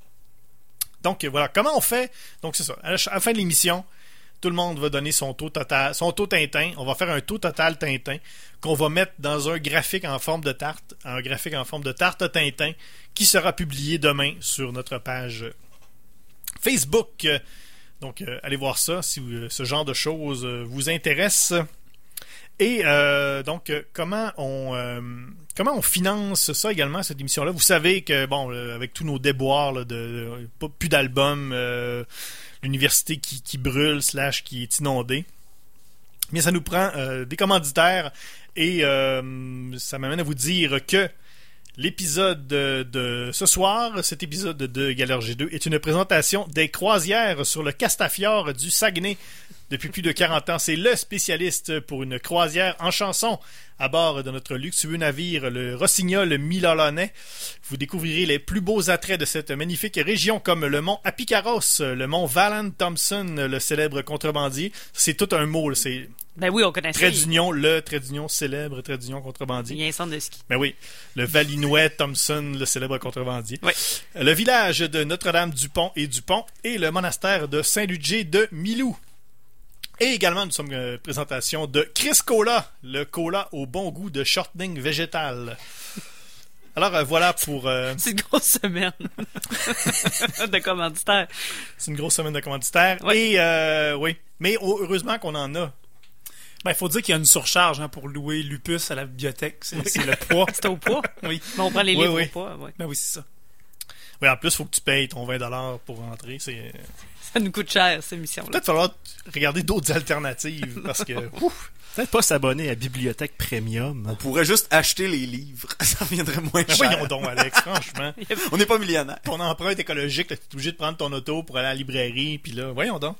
Donc, voilà. Comment on fait? Donc, c'est ça. À la, à la fin de l'émission, tout le monde va donner son taux total, son taux Tintin. On va faire un taux total Tintin qu'on va mettre dans un graphique en forme de tarte, un graphique en forme de tarte Tintin qui sera publié demain sur notre page Facebook. Donc, euh, allez voir ça si euh, ce genre de choses euh, vous intéresse. Et euh, donc, euh, comment on euh, comment on finance ça également, cette émission-là? Vous savez que, bon, euh, avec tous nos déboires là, de, de plus d'albums, euh, l'université qui, qui brûle, slash qui est inondée, mais ça nous prend euh, des commanditaires et euh, ça m'amène à vous dire que l'épisode de, de ce soir, cet épisode de Égale R G deux, est une présentation des croisières sur le Castafiore du Saguenay depuis plus de quarante ans. C'est le spécialiste pour une croisière en chanson à bord de notre luxueux navire, le Rossignol Milalonais. Vous découvrirez les plus beaux attraits de cette magnifique région, comme le mont Apicaros, le mont Valent Thompson, le célèbre contrebandier. C'est tout un mot, là. C'est... Ben oui, on connaît ça. Trait d'union, le trait d'union célèbre, trait d'union contrebandier. Il y a un centre de ski. Ben oui, le Valinois Thompson, le célèbre contrebandier. Oui. Le village de Notre-Dame-du-Pont et du Pont et le monastère de Saint-Ludger de Milou. Et également, nous sommes en présentation de Chris Cola, le cola au bon goût de shortening végétal. Alors euh, voilà pour... Euh... C'est une grosse semaine de commanditaires. C'est une grosse semaine de commanditaires. Oui. Et euh, oui, mais heureusement qu'on en a. Ben, il faut dire qu'il y a une surcharge hein, pour louer Lupus à la bibliothèque. C'est, c'est le poids. C'est au poids? Oui. Mais on prend les Oui, livres oui. au poids, oui. Ben oui, c'est ça. Oui, en plus, il faut que tu payes ton vingt dollars pour rentrer. C'est... Ça nous coûte cher, cette émission-là. Peut-être falloir regarder d'autres alternatives parce que... Ouf, Peut-être pas s'abonner à Bibliothèque Premium. On pourrait juste acheter les livres. Ça reviendrait moins cher. voyons donc, Alex, franchement. On n'est pas millionnaire. Ton empreinte écologique, tu es obligé de prendre ton auto pour aller à la librairie, puis là, voyons donc.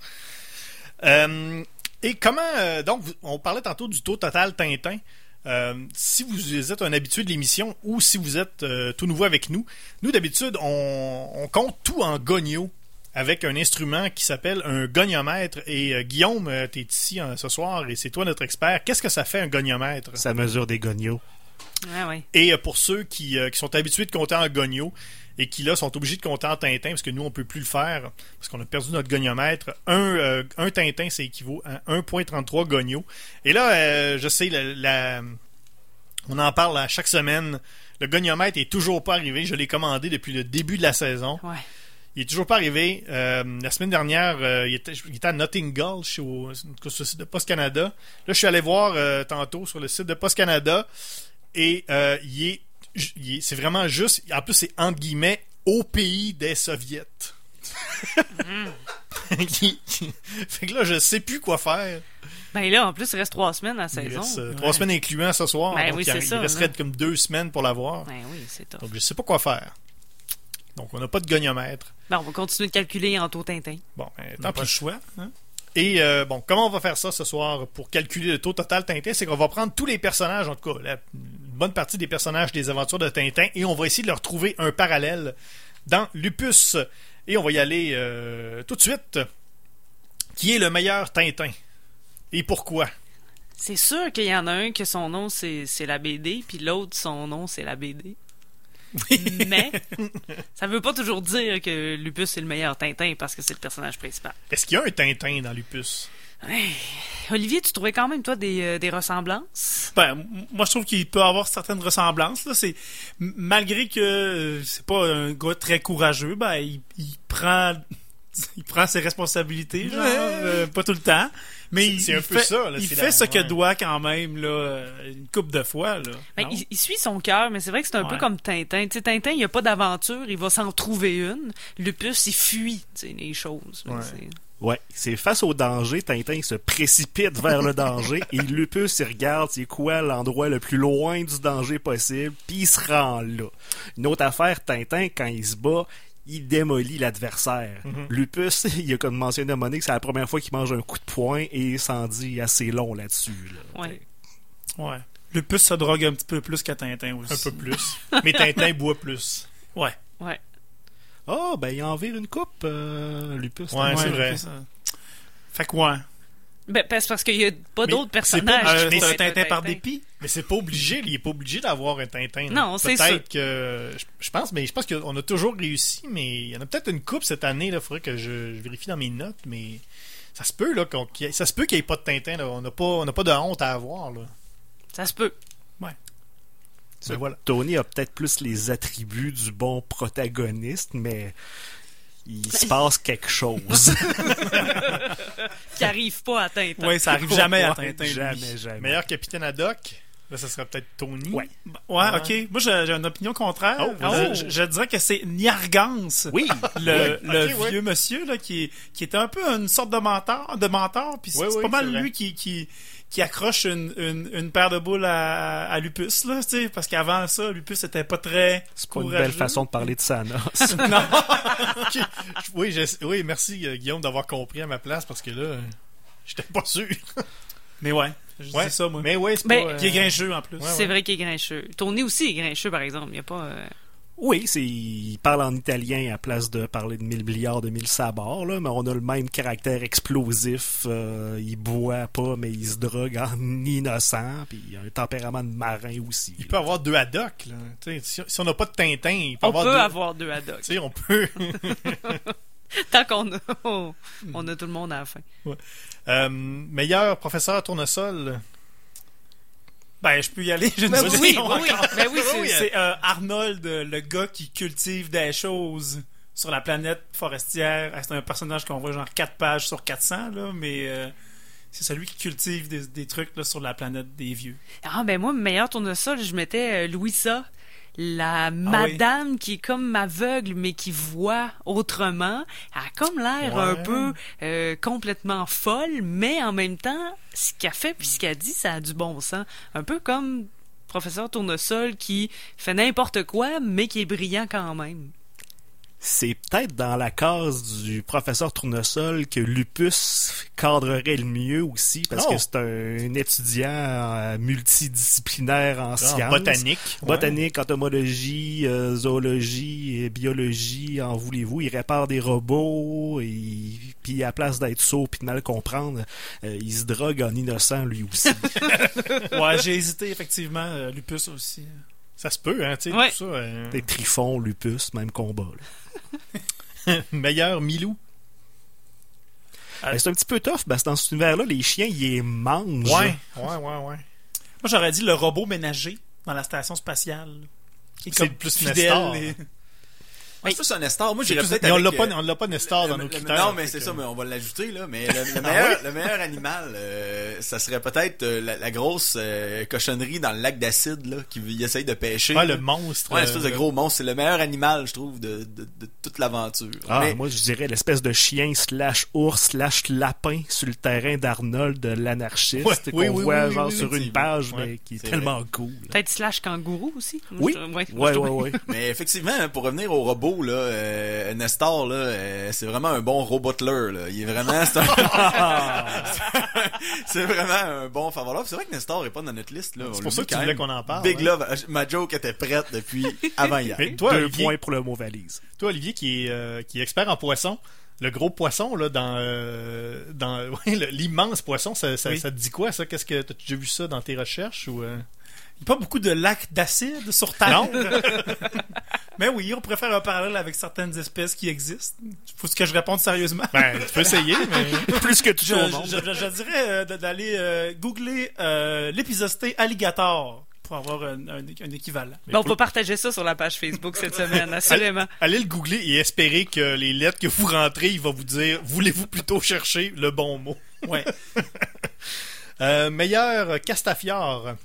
Euh, et comment... Euh, donc, on parlait tantôt du taux total Tintin. Euh, si vous êtes un habitué de l'émission ou si vous êtes euh, tout nouveau avec nous, nous, d'habitude, on, on compte tout en gognos avec un instrument qui s'appelle un goniomètre. Et euh, Guillaume, euh, t'es ici hein, ce soir et c'est toi notre expert. Qu'est-ce que ça fait un goniomètre? Ça mesure des gognos. Ah oui. Et euh, pour ceux qui, euh, qui sont habitués de compter en gognos et qui là sont obligés de compter en Tintin parce que nous on peut plus le faire parce qu'on a perdu notre goniomètre, un, euh, un Tintin ça équivaut à un virgule trente-trois gognos. Et là, euh, je sais, la, la, on en parle à chaque semaine. Le goniomètre est toujours pas arrivé. Je l'ai commandé depuis le début de la saison. Ouais. Il est toujours pas arrivé. Euh, la semaine dernière, euh, il, était, il était à Notting Gulch, au, sur le site de Post Canada. Là, je suis allé voir euh, tantôt sur le site de Post Canada et euh, il, est, il est, c'est vraiment juste. En plus, c'est entre guillemets au pays des Soviets. qui- qui- Fait que là, je sais plus quoi faire. Ben là, en plus, il reste trois semaines à la Il saison. reste euh, Ouais. trois semaines incluant ce soir. Ben donc oui, il, c'est il ça, resterait là. comme deux semaines pour l'avoir. Ben oui, c'est top. Donc je sais pas quoi faire. Donc on n'a pas de goniomètre. Ben, on va continuer de calculer en taux Tintin. Bon, ben, On tant n'a pis. pas le choix. Hein? Et euh, bon, comment on va faire ça ce soir pour calculer le taux total Tintin? C'est qu'on va prendre tous les personnages, en tout cas, la une bonne partie des personnages des aventures de Tintin, et on va essayer de leur trouver un parallèle dans Lupus. Et on va y aller euh, tout de suite. Qui est le meilleur Tintin? Et pourquoi? C'est sûr qu'il y en a un que son nom, c'est c'est la B D, puis l'autre, son nom, c'est la B D. Mais ça veut pas toujours dire que Lupus est le meilleur Tintin parce que c'est le personnage principal. Est-ce qu'il y a un Tintin dans Lupus? Ouais. Olivier, tu trouvais quand même, toi, des, euh, des ressemblances? Ben, m- moi, je trouve qu'il peut avoir certaines ressemblances. Là. C'est, m- malgré que euh, c'est pas un gars très courageux, ben, il, il prend... Il prend ses responsabilités, genre, Ouais. euh, pas tout le temps. Mais il, c'est un il peu fait, ça, là, il c'est fait la- ce que ouais. doit quand même, là, euh, une couple de fois, là. Ben, Non? il, il suit son cœur, mais c'est vrai que c'est un peu Ouais. comme Tintin. Tu sais, Tintin, il n'y a pas d'aventure, il va s'en trouver une. Lupus, il fuit tu sais, les choses. Mais Ouais. c'est- Ouais, c'est face au danger, Tintin se précipite vers le danger et Lupus, il regarde c'est quoi l'endroit le plus loin du danger possible, puis il se rend là. Une autre affaire, Tintin, quand il se bat, il démolit l'adversaire. Mhm. Lupus, il a comme mentionné à Monique, c'est la première fois qu'il mange un coup de poing et il s'en dit assez long là-dessus. Là. Ouais. Ouais. Lupus se drogue un petit peu plus que Tintin aussi. Un peu plus. Mais Tintin boit plus. Ouais. Ouais. Ah, ben il en vire une coupe, euh, Lupus. Ouais, c'est vrai. Lupus, euh, Fait que ouais. Ben, parce parce qu'il n'y a pas Mais d'autres c'est pas- personnages. Euh, qui c'est vont un être Tintin par dépit. Mais c'est pas obligé, il est pas obligé d'avoir un Tintin. là. Non, c'est Peut-être que je, je pense, mais je pense qu'on a toujours réussi, mais il y en a peut-être une coupe cette année. Il faudrait que je, je vérifie dans mes notes, mais ça se peut là, qu'on- qu'il y ait- ça se peut qu'il n'y ait pas de Tintin. Là. On n'a pas, on n'a pas de honte à avoir là. Ça se peut. Ben voilà. Tony a peut-être plus les attributs du bon protagoniste, mais il se passe quelque chose. Qui arrive pas à Tintin. Ouais, ça arrive jamais à Ouais, Tintin. lui. Jamais, jamais. Meilleur capitaine ad hoc, là, ça serait peut-être Tony. Ouais. Ouais, ok. Moi, j'ai, j'ai une opinion contraire. Oh, Euh, vas-y. je, je dirais que c'est Niargans. Oui. Le, Ouais, le ok, ouais. vieux monsieur là qui est qui est un peu une sorte de mentor de mentor puis c'est, Ouais, c'est ouais, pas mal c'est vrai. lui qui qui qui accroche une, une, une paire de boules à, à Lupus là, tu sais, parce qu'avant ça Lupus était pas très C'est pas une courageux. belle façon de parler de sa noce. Non. Ok. Oui, je- oui, merci euh, Guillaume d'avoir compris à ma place parce que là, euh, j'étais pas sûr. Mais ouais, je Ouais. dis ça moi. Mais ouais, c'est Ben, pas. euh, Qui est grincheux en plus. Ouais, C'est vrai qu'il est grincheux. Tony aussi est grincheux, par exemple. Il n'y a pas... euh, Oui, c'est il parle en italien à place de parler de mille milliards de mille sabords, là, mais on a le même caractère explosif. Euh, il boit pas, mais il se drogue en innocent, puis il a un tempérament de marin aussi. Il peut avoir deux ad hoc. Là. Tu sais, Si, si on n'a pas de Tintin, il peut On avoir peut deux. avoir deux ad hoc. Tu sais, on peut. Tant qu'on a... on, on a tout le monde à la fin. Euh, meilleur professeur tournesol. Ben je peux y aller. J'ai une Ben oui, solution ben oui, encore. ben oui, c'est... C'est euh, Arnold, euh, le gars qui cultive des choses sur la planète forestière. C'est un personnage qu'on voit genre quatre pages sur quatre cents, là, mais euh, c'est celui qui cultive des, des trucs là, sur la planète des vieux. Ah, ben moi, meilleur tournesol, je mettais euh, Louisa, la madame qui est comme aveugle, mais qui voit autrement. Elle a comme l'air un Ouais. peu euh, complètement folle, mais en même temps, ce qu'elle fait puis ce qu'elle dit, ça a du bon sens. Un peu comme professeur Tournesol qui fait n'importe quoi, mais qui est brillant quand même. C'est peut-être dans la case du professeur Tournesol que Lupus cadrerait le mieux aussi, parce Oh. que c'est un, un étudiant euh, multidisciplinaire en En sciences. botanique. Ouais. Botanique, entomologie, euh, zoologie, et biologie, en voulez-vous. Il répare des robots, et puis à la place d'être sourd puis de mal comprendre, euh, il se drogue en innocent lui aussi. Ouais, j'ai hésité effectivement. euh, Lupus aussi. Ça se peut, hein, tu sais, Ouais. tout ça. euh, Des Trifon, Lupus, même combat. là. meilleur Milou. Ben, c'est un petit peu tough, parce que dans cet univers-là, les chiens, ils les mangent. Ouais, ouais, ouais, ouais. Moi, j'aurais dit le robot ménager dans la station spatiale. Qui est C'est comme plus fidèle Nestor. et- Moi, je trouve ça un Nestor. Moi, j'irais Tout- peut-être mais on avec, l'a pas, euh, on l'a pas Nestor dans le- nos le- critères. Non, mais fait c'est que- ça, mais on va l'ajouter, là. Mais le, le meilleur, le meilleur animal, euh, ça serait peut-être euh, la, la grosse euh, cochonnerie dans le lac d'acide, là, qui il essaye de pêcher. Ah, là. le monstre. Ouais, une espèce de euh, gros monstre. C'est le meilleur animal, je trouve, de, de, de toute l'aventure. Ah, mais, moi, je dirais l'espèce de chien slash ours slash lapin sur le terrain d'Arnold de l'anarchiste Ouais, qu'on oui, oui, voit oui, genre oui, sur oui, une oui. page, Ouais, mais qui est, c'est tellement cool. Peut-être slash kangourou aussi. Oui, Je- ouais, ouais, je ouais, dois- ouais. mais effectivement, pour revenir au robot, là, euh, Nestor, là, euh, c'est vraiment un bon robotler, là. Il est vraiment, c'est, un... c'est vraiment un bon favori. C'est vrai que Nestor est pas dans notre liste, là. C'est On pour ça l'oublie que tu quand voulais même. qu'on en parle. Big hein. Love. Ma joke était prête depuis avant hier. Mais toi, Deux Olivier, points pour le mot valise. toi, Olivier, qui est, euh, qui est expert en poisson, le gros poisson, là, dans, euh, dans ouais, le- l'immense poisson, ça, ça, Oui. ça te dit quoi, ça? Qu'est-ce que, t'as déjà vu ça dans tes recherches ou, euh? Il n'y a pas beaucoup de lacs d'acide sur Terre. Non? Mais oui, on pourrait faire un parallèle avec certaines espèces qui existent. Faut que je réponde sérieusement. Ben, tu peux essayer, mais. Plus que tout Je, au monde. je, je- je dirais euh, de- d'aller euh, googler euh, l'épisosité alligator pour avoir un, un- un équivalent. mais Bon, on pour- va partager ça sur la page Facebook cette semaine, assurément. Allez le googler et espérer que les lettres que vous rentrez, il va vous dire voulez-vous plutôt chercher le bon mot. Ouais. Euh, meilleur Castafiore.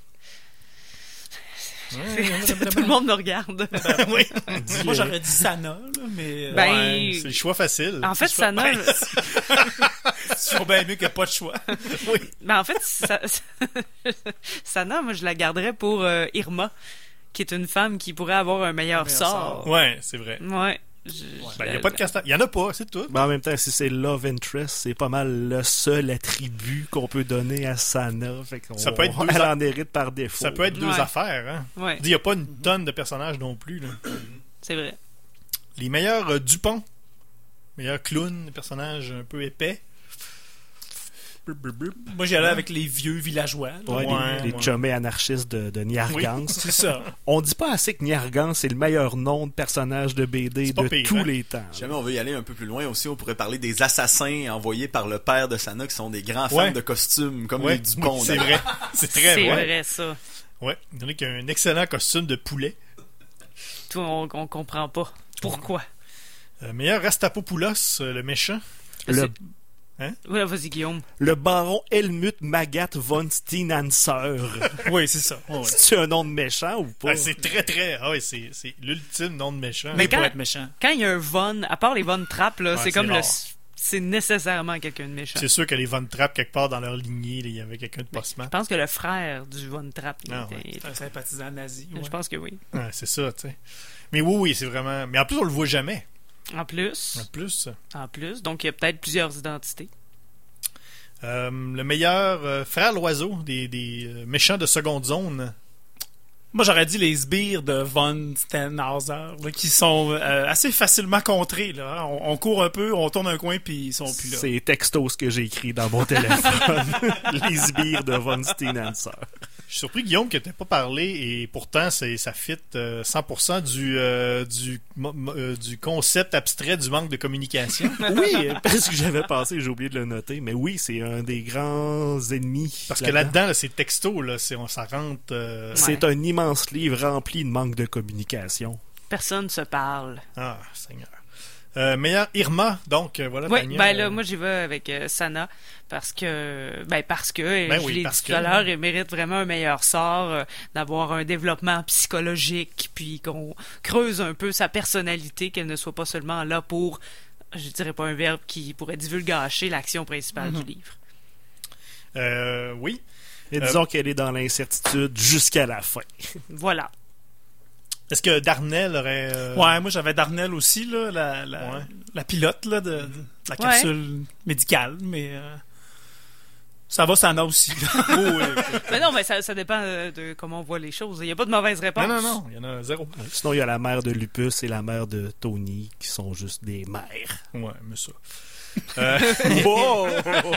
Tout le monde me regarde. oui. Moi, j'aurais dit Sana, là, mais euh, Ben, Ouais, c'est le choix facile. En fait, C'est le choix- Sana, Ben, c'est toujours bien mieux qu'il n'y a pas de choix. ben, en fait, ça- Sana, moi, je la garderais pour euh, Irma, qui est une femme qui pourrait avoir un meilleur, Un meilleur sort. ouais, c'est vrai. Ouais. Je- Ben, il je- n'y a pas de Castafiore. Il n'y en a pas, c'est tout. Mais en même temps, si c'est Love Interest, c'est pas mal le seul attribut qu'on peut donner à Sana. Fait qu'on, Ça peut être deux elle a- en hérite par défaut. Ça peut être deux Ouais. affaires. Hein. Ouais, Il n'y a pas une tonne de personnages non plus. Là. c'est vrai. Les meilleurs euh, Dupont. Meilleurs clowns, personnages un peu épais. Moi, j'y allais avec les vieux villageois. là. Ouais, Ouais, les, les ouais. chummés anarchistes de, de Nyargans. C'est ça. On dit pas assez que Nyargans c'est le meilleur nom de personnage de B D C'est pas de pire, tous hein? les temps. Si jamais on veut y aller un peu plus loin aussi, on pourrait parler des assassins envoyés par le père de Sana, qui sont des grands fans Ouais. de costumes, comme Ouais, les Dupont. oui, c'est d'ailleurs. vrai. C'est très C'est vrai. vrai, ça. Ouais. Il y en a qui a un excellent costume de poulet. Tout, on, on comprend pas. Pourquoi? Euh, meilleur Rastapopoulos, euh, le méchant. Le, Ouais, vas-y, Guillaume. le baron Helmut Magat von Steinanser. Oui, c'est ça. Ouais, ouais. C'est un nom de méchant ou pas? Ah, c'est très, très. Ah ouais, c'est, c'est l'ultime nom de méchant. Mais quand- pour être méchant. Quand il y a un Von, à part les Von Trapp, là, Ouais, c'est c'est comme le. rare. C'est nécessairement quelqu'un de méchant. C'est sûr que les Von Trapp, quelque part dans leur lignée, là, il y avait quelqu'un de Je postman. pense que le frère du Von Trapp, il Ah, était- Un sympathisant nazi. ouais. je pense que oui. Ouais, c'est ça, tu sais. Mais oui, oui, c'est vraiment. Mais en plus, on le voit jamais. En plus, En plus. en plus, donc il y a peut-être plusieurs identités. Euh, le meilleur euh, frère l'oiseau des, des euh, méchants de seconde zone. Moi, j'aurais dit les sbires de von Steinhauser, là, qui sont euh, assez facilement contrés. Là. On, on court un peu, on tourne un coin, puis ils sont plus là. C'est textos que j'ai écrit dans mon téléphone. Les sbires de von Steinanser. Je suis surpris, Guillaume, que tu n'aies pas parlé et pourtant c'est, ça fit euh, cent pour cent du, euh, du, mo- mo- euh, du concept abstrait du manque de communication. Oui, parce que j'avais pensé, j'ai oublié de le noter, mais oui, c'est un des grands ennemis. Parce que là-dedans, là, c'est texto, là, c'est, on s'en rentre. euh, C'est un immense livre rempli de manque de communication. Personne se parle. Ah, Seigneur. Euh, meilleur Irma, donc euh, voilà. Oui, Tania, ben là, euh, moi j'y vais avec euh, Sana parce que, ben parce que, euh, Ben je oui, l'ai parce dit tout que- à l'heure, elle mérite vraiment un meilleur sort, euh, d'avoir un développement psychologique, puis qu'on creuse un peu sa personnalité, qu'elle ne soit pas seulement là pour, je dirais pas un verbe qui pourrait divulgacher l'action principale Mhm. du livre. euh, oui. Et Euh, disons qu'elle est dans l'incertitude jusqu'à la fin. Voilà. Est-ce que Darnell aurait. euh, Ouais, moi j'avais Darnell aussi, là, la, la, Ouais. la pilote là, de, de la Ouais. capsule médicale, mais euh, ça va, ça en a aussi. là. oh, oui, ok. Mais non, mais ça, ça dépend euh, de comment on voit les choses. Il n'y a pas de mauvaise réponse. Non, non, non, il y en a zéro. Sinon, il y a la mère de Lupus et la mère de Tony qui sont juste des mères. Ouais, mais ça. Euh, Wow!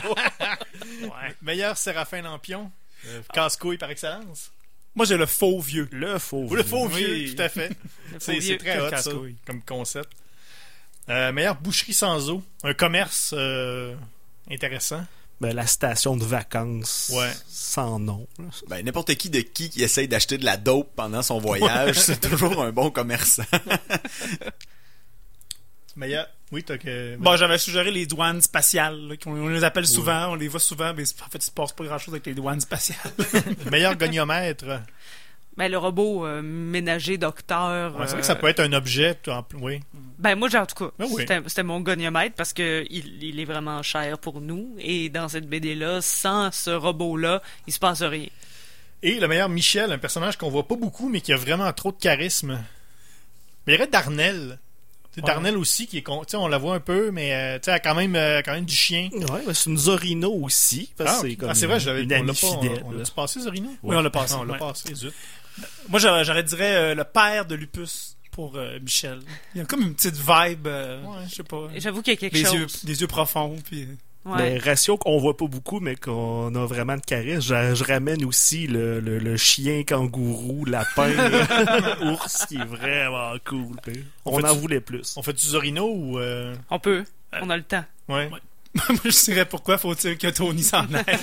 ouais. Meilleur Séraphin Lampion, euh, casse-couille par excellence. Moi j'ai le faux vieux. Le faux Ou le vieux. faux Oui. vieux, tout à fait. Le C'est, faux c'est vieux. très Quel hot, ça, casse-couille. comme concept. Euh, meilleure boucherie sans eau. Un commerce euh, intéressant. Ben, la station de vacances Ouais. sans nom. là. Ben, n'importe qui de qui qui essaye d'acheter de la dope pendant son voyage, c'est toujours un bon commerçant. Meilleur. Oui, t'as que. Bon, j'avais suggéré les douanes spatiales, là, qu'on on les appelle souvent, on les voit souvent, mais en fait, il se passe pas grand-chose avec les douanes spatiales. Meilleur goniomètre. Ben, le robot euh, ménager docteur. Ouais, c'est vrai euh, que ça peut être un objet. En... Oui. Ben, moi, j'ai- en tout cas, Ah oui. c'était, c'était mon goniomètre parce que il, il est vraiment cher pour nous. Et dans cette B D-là, sans ce robot-là, il se passe rien. Et le meilleur Michel, un personnage qu'on voit pas beaucoup, mais qui a vraiment trop de charisme. Mais il y aurait Darnell. Tu sais, Ouais. Darnell aussi, qui est con... tu sais, on la voit un peu, mais euh, tu sais, elle a quand même, euh, quand même du chien. Ouais, ben, c'est une Zorino aussi. Parce Ah, que ok. c'est comme Ah, c'est vrai, je l'avais une on amie l'a pas, on- fidèle. On l'a-tu passé, Zorino? Oui, on l'a passé. Non, on l'a ouais. passé, zut. Moi, j'aurais, j'aurais dirais euh, le père de Lupus pour euh, Michel. Il y a comme une petite vibe, euh, Ouais. je sais pas, Et j'avoue qu'il y a quelque des chose. yeux, des yeux profonds, puis... Ouais. Mais ratio qu'on voit pas beaucoup, mais qu'on a vraiment de charisme. Je, je ramène aussi le, le, le chien, kangourou, lapin, ours, qui est vraiment cool. puis On, fait en du- voulait plus. On fait du Zorino ou... euh, On peut. On a le temps. Ouais. Ouais. Moi, je dirais pourquoi faut-il que Tony s'en aille.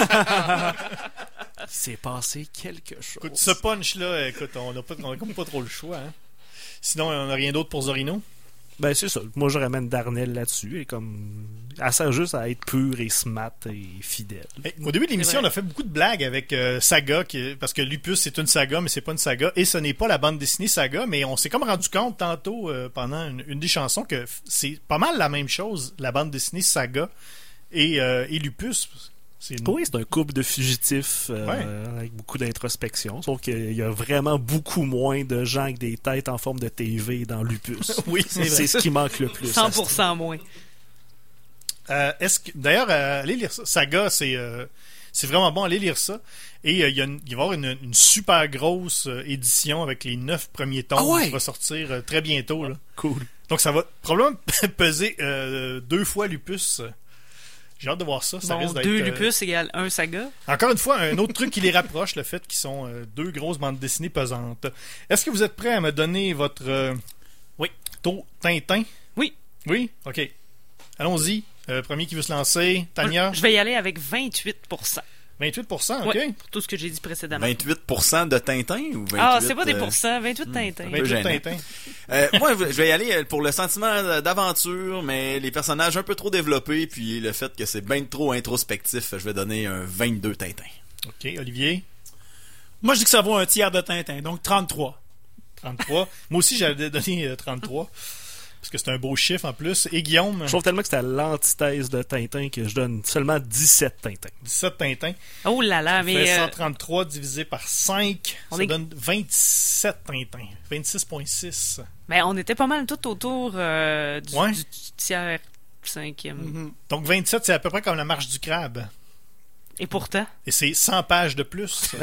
Il s'est passé quelque chose. Écoute, ce punch-là, écoute, on n'a pas, on a comme pas trop le choix. Hein. Sinon, on n'a rien d'autre pour Zorino. Ben, c'est ça. Moi, je ramène Darnell là-dessus. Et comme... Elle sert juste à être pure et smart et fidèle. Hey, au début de l'émission, C'est vrai. on a fait beaucoup de blagues avec euh, Saga, qui, parce que Lupus, c'est une saga, mais c'est pas une saga. Et ce n'est pas la bande dessinée Saga, mais on s'est comme rendu compte tantôt, euh, pendant une, une des chansons, que f- c'est pas mal la même chose, la bande dessinée Saga et, euh, et Lupus. C'est une- Oui, c'est un couple de fugitifs euh, Ouais. avec beaucoup d'introspection. Sauf qu'il y a vraiment beaucoup moins de gens avec des têtes en forme de T V dans Lupus. Oui, c'est vrai. C'est ce qui manque le plus. cent à pour ce- cent moins. Euh, est-ce que d'ailleurs euh, allez lire ça. Saga, c'est euh, c'est vraiment bon, allez lire ça. Et euh, il y a une- il va y avoir une, une super grosse euh, édition avec les neuf premiers tomes Ah ouais? qui va sortir euh, très bientôt. Là. Cool. Donc ça va probablement peser euh, deux fois Lupus. J'ai hâte de voir ça. Ça Bon, risque d'être, deux euh, Lupus égale un Saga. Encore une fois, un autre truc qui les rapproche, le fait qu'ils sont euh, deux grosses bandes dessinées pesantes. Est-ce que vous êtes prêts à me donner votre euh, Oui. taux Tintin? Oui. Oui? OK. Allons-y. Euh, premier qui veut se lancer. Tania? Je vais y aller avec vingt-huit pour cent. vingt-huit pour cent, OK. Ouais, pour tout ce que j'ai dit précédemment. vingt-huit pour cent de Tintin ou vingt-huit Ah, c'est pas des euh, pourcents, vingt-huit Tintin. peu vingt-huit gênant. Tintin. Euh, moi, je vais y aller pour le sentiment d'aventure, mais les personnages un peu trop développés, puis le fait que c'est bien trop introspectif, je vais donner un vingt-deux Tintin. OK. Olivier? Moi, je dis que ça vaut un tiers de Tintin, donc trente-trois. trente-trois. Moi aussi, j'avais donné euh, trente-trois. Parce que c'est un beau chiffre en plus. Et Guillaume? Je trouve tellement que c'était l'antithèse de Tintin que je donne seulement dix-sept Tintin. dix-sept Tintin. Oh là là, Ça mais fait euh, cent trente-trois divisé par cinq. on Ça est- donne vingt-sept Tintin. vingt-six virgule six. ben, on était pas mal tout autour euh, du, Ouais. du tiers cinquième. Mhm. Donc vingt-sept, c'est à peu près comme la marche du crabe. Et pourtant, Et c'est cent pages de plus.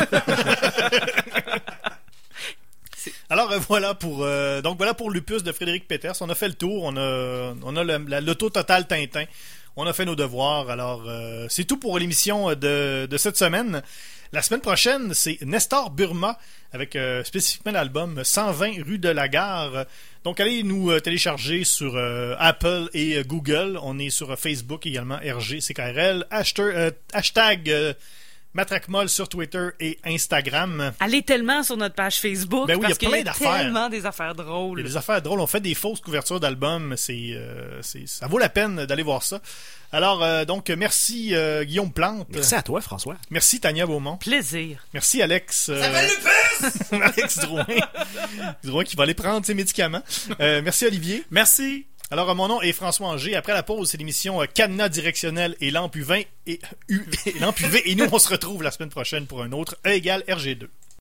Alors euh, voilà pour euh, donc voilà pour Lupus de Frédéric Peters. On a fait le tour, on a on a le, la- l'auto total Tintin. On a fait nos devoirs. Alors euh, c'est tout pour l'émission de, de cette semaine. La semaine prochaine, c'est Nestor Burma avec euh, spécifiquement l'album cent vingt rue de la Gare. Donc allez nous euh, télécharger sur euh, Apple et euh, Google. On est sur euh, Facebook également, R G C K R L. Hashtag, euh, hashtag euh, Matraquemol sur Twitter et Instagram. allez tellement sur notre page Facebook Ben oui, il y a parce qu'il y plein a d'affaires. tellement des affaires Il y drôles. a des affaires drôles. On fait des fausses couvertures d'albums. C'est, euh, c'est, ça vaut la peine d'aller voir ça. Alors, euh, donc, merci euh, Guillaume Plante. Merci à toi, François. Merci Tania Beaumont. Plaisir. Merci Alex. euh, Alex Drouin. Drouin qui va aller prendre ses médicaments. Euh, merci Olivier. Merci. Alors, euh, mon nom est François Anger. Après la pause, c'est l'émission euh, Cadenas directionnel et lampe U V et, U, et lampe U V. Et nous, on se retrouve la semaine prochaine pour un autre E égale R G deux.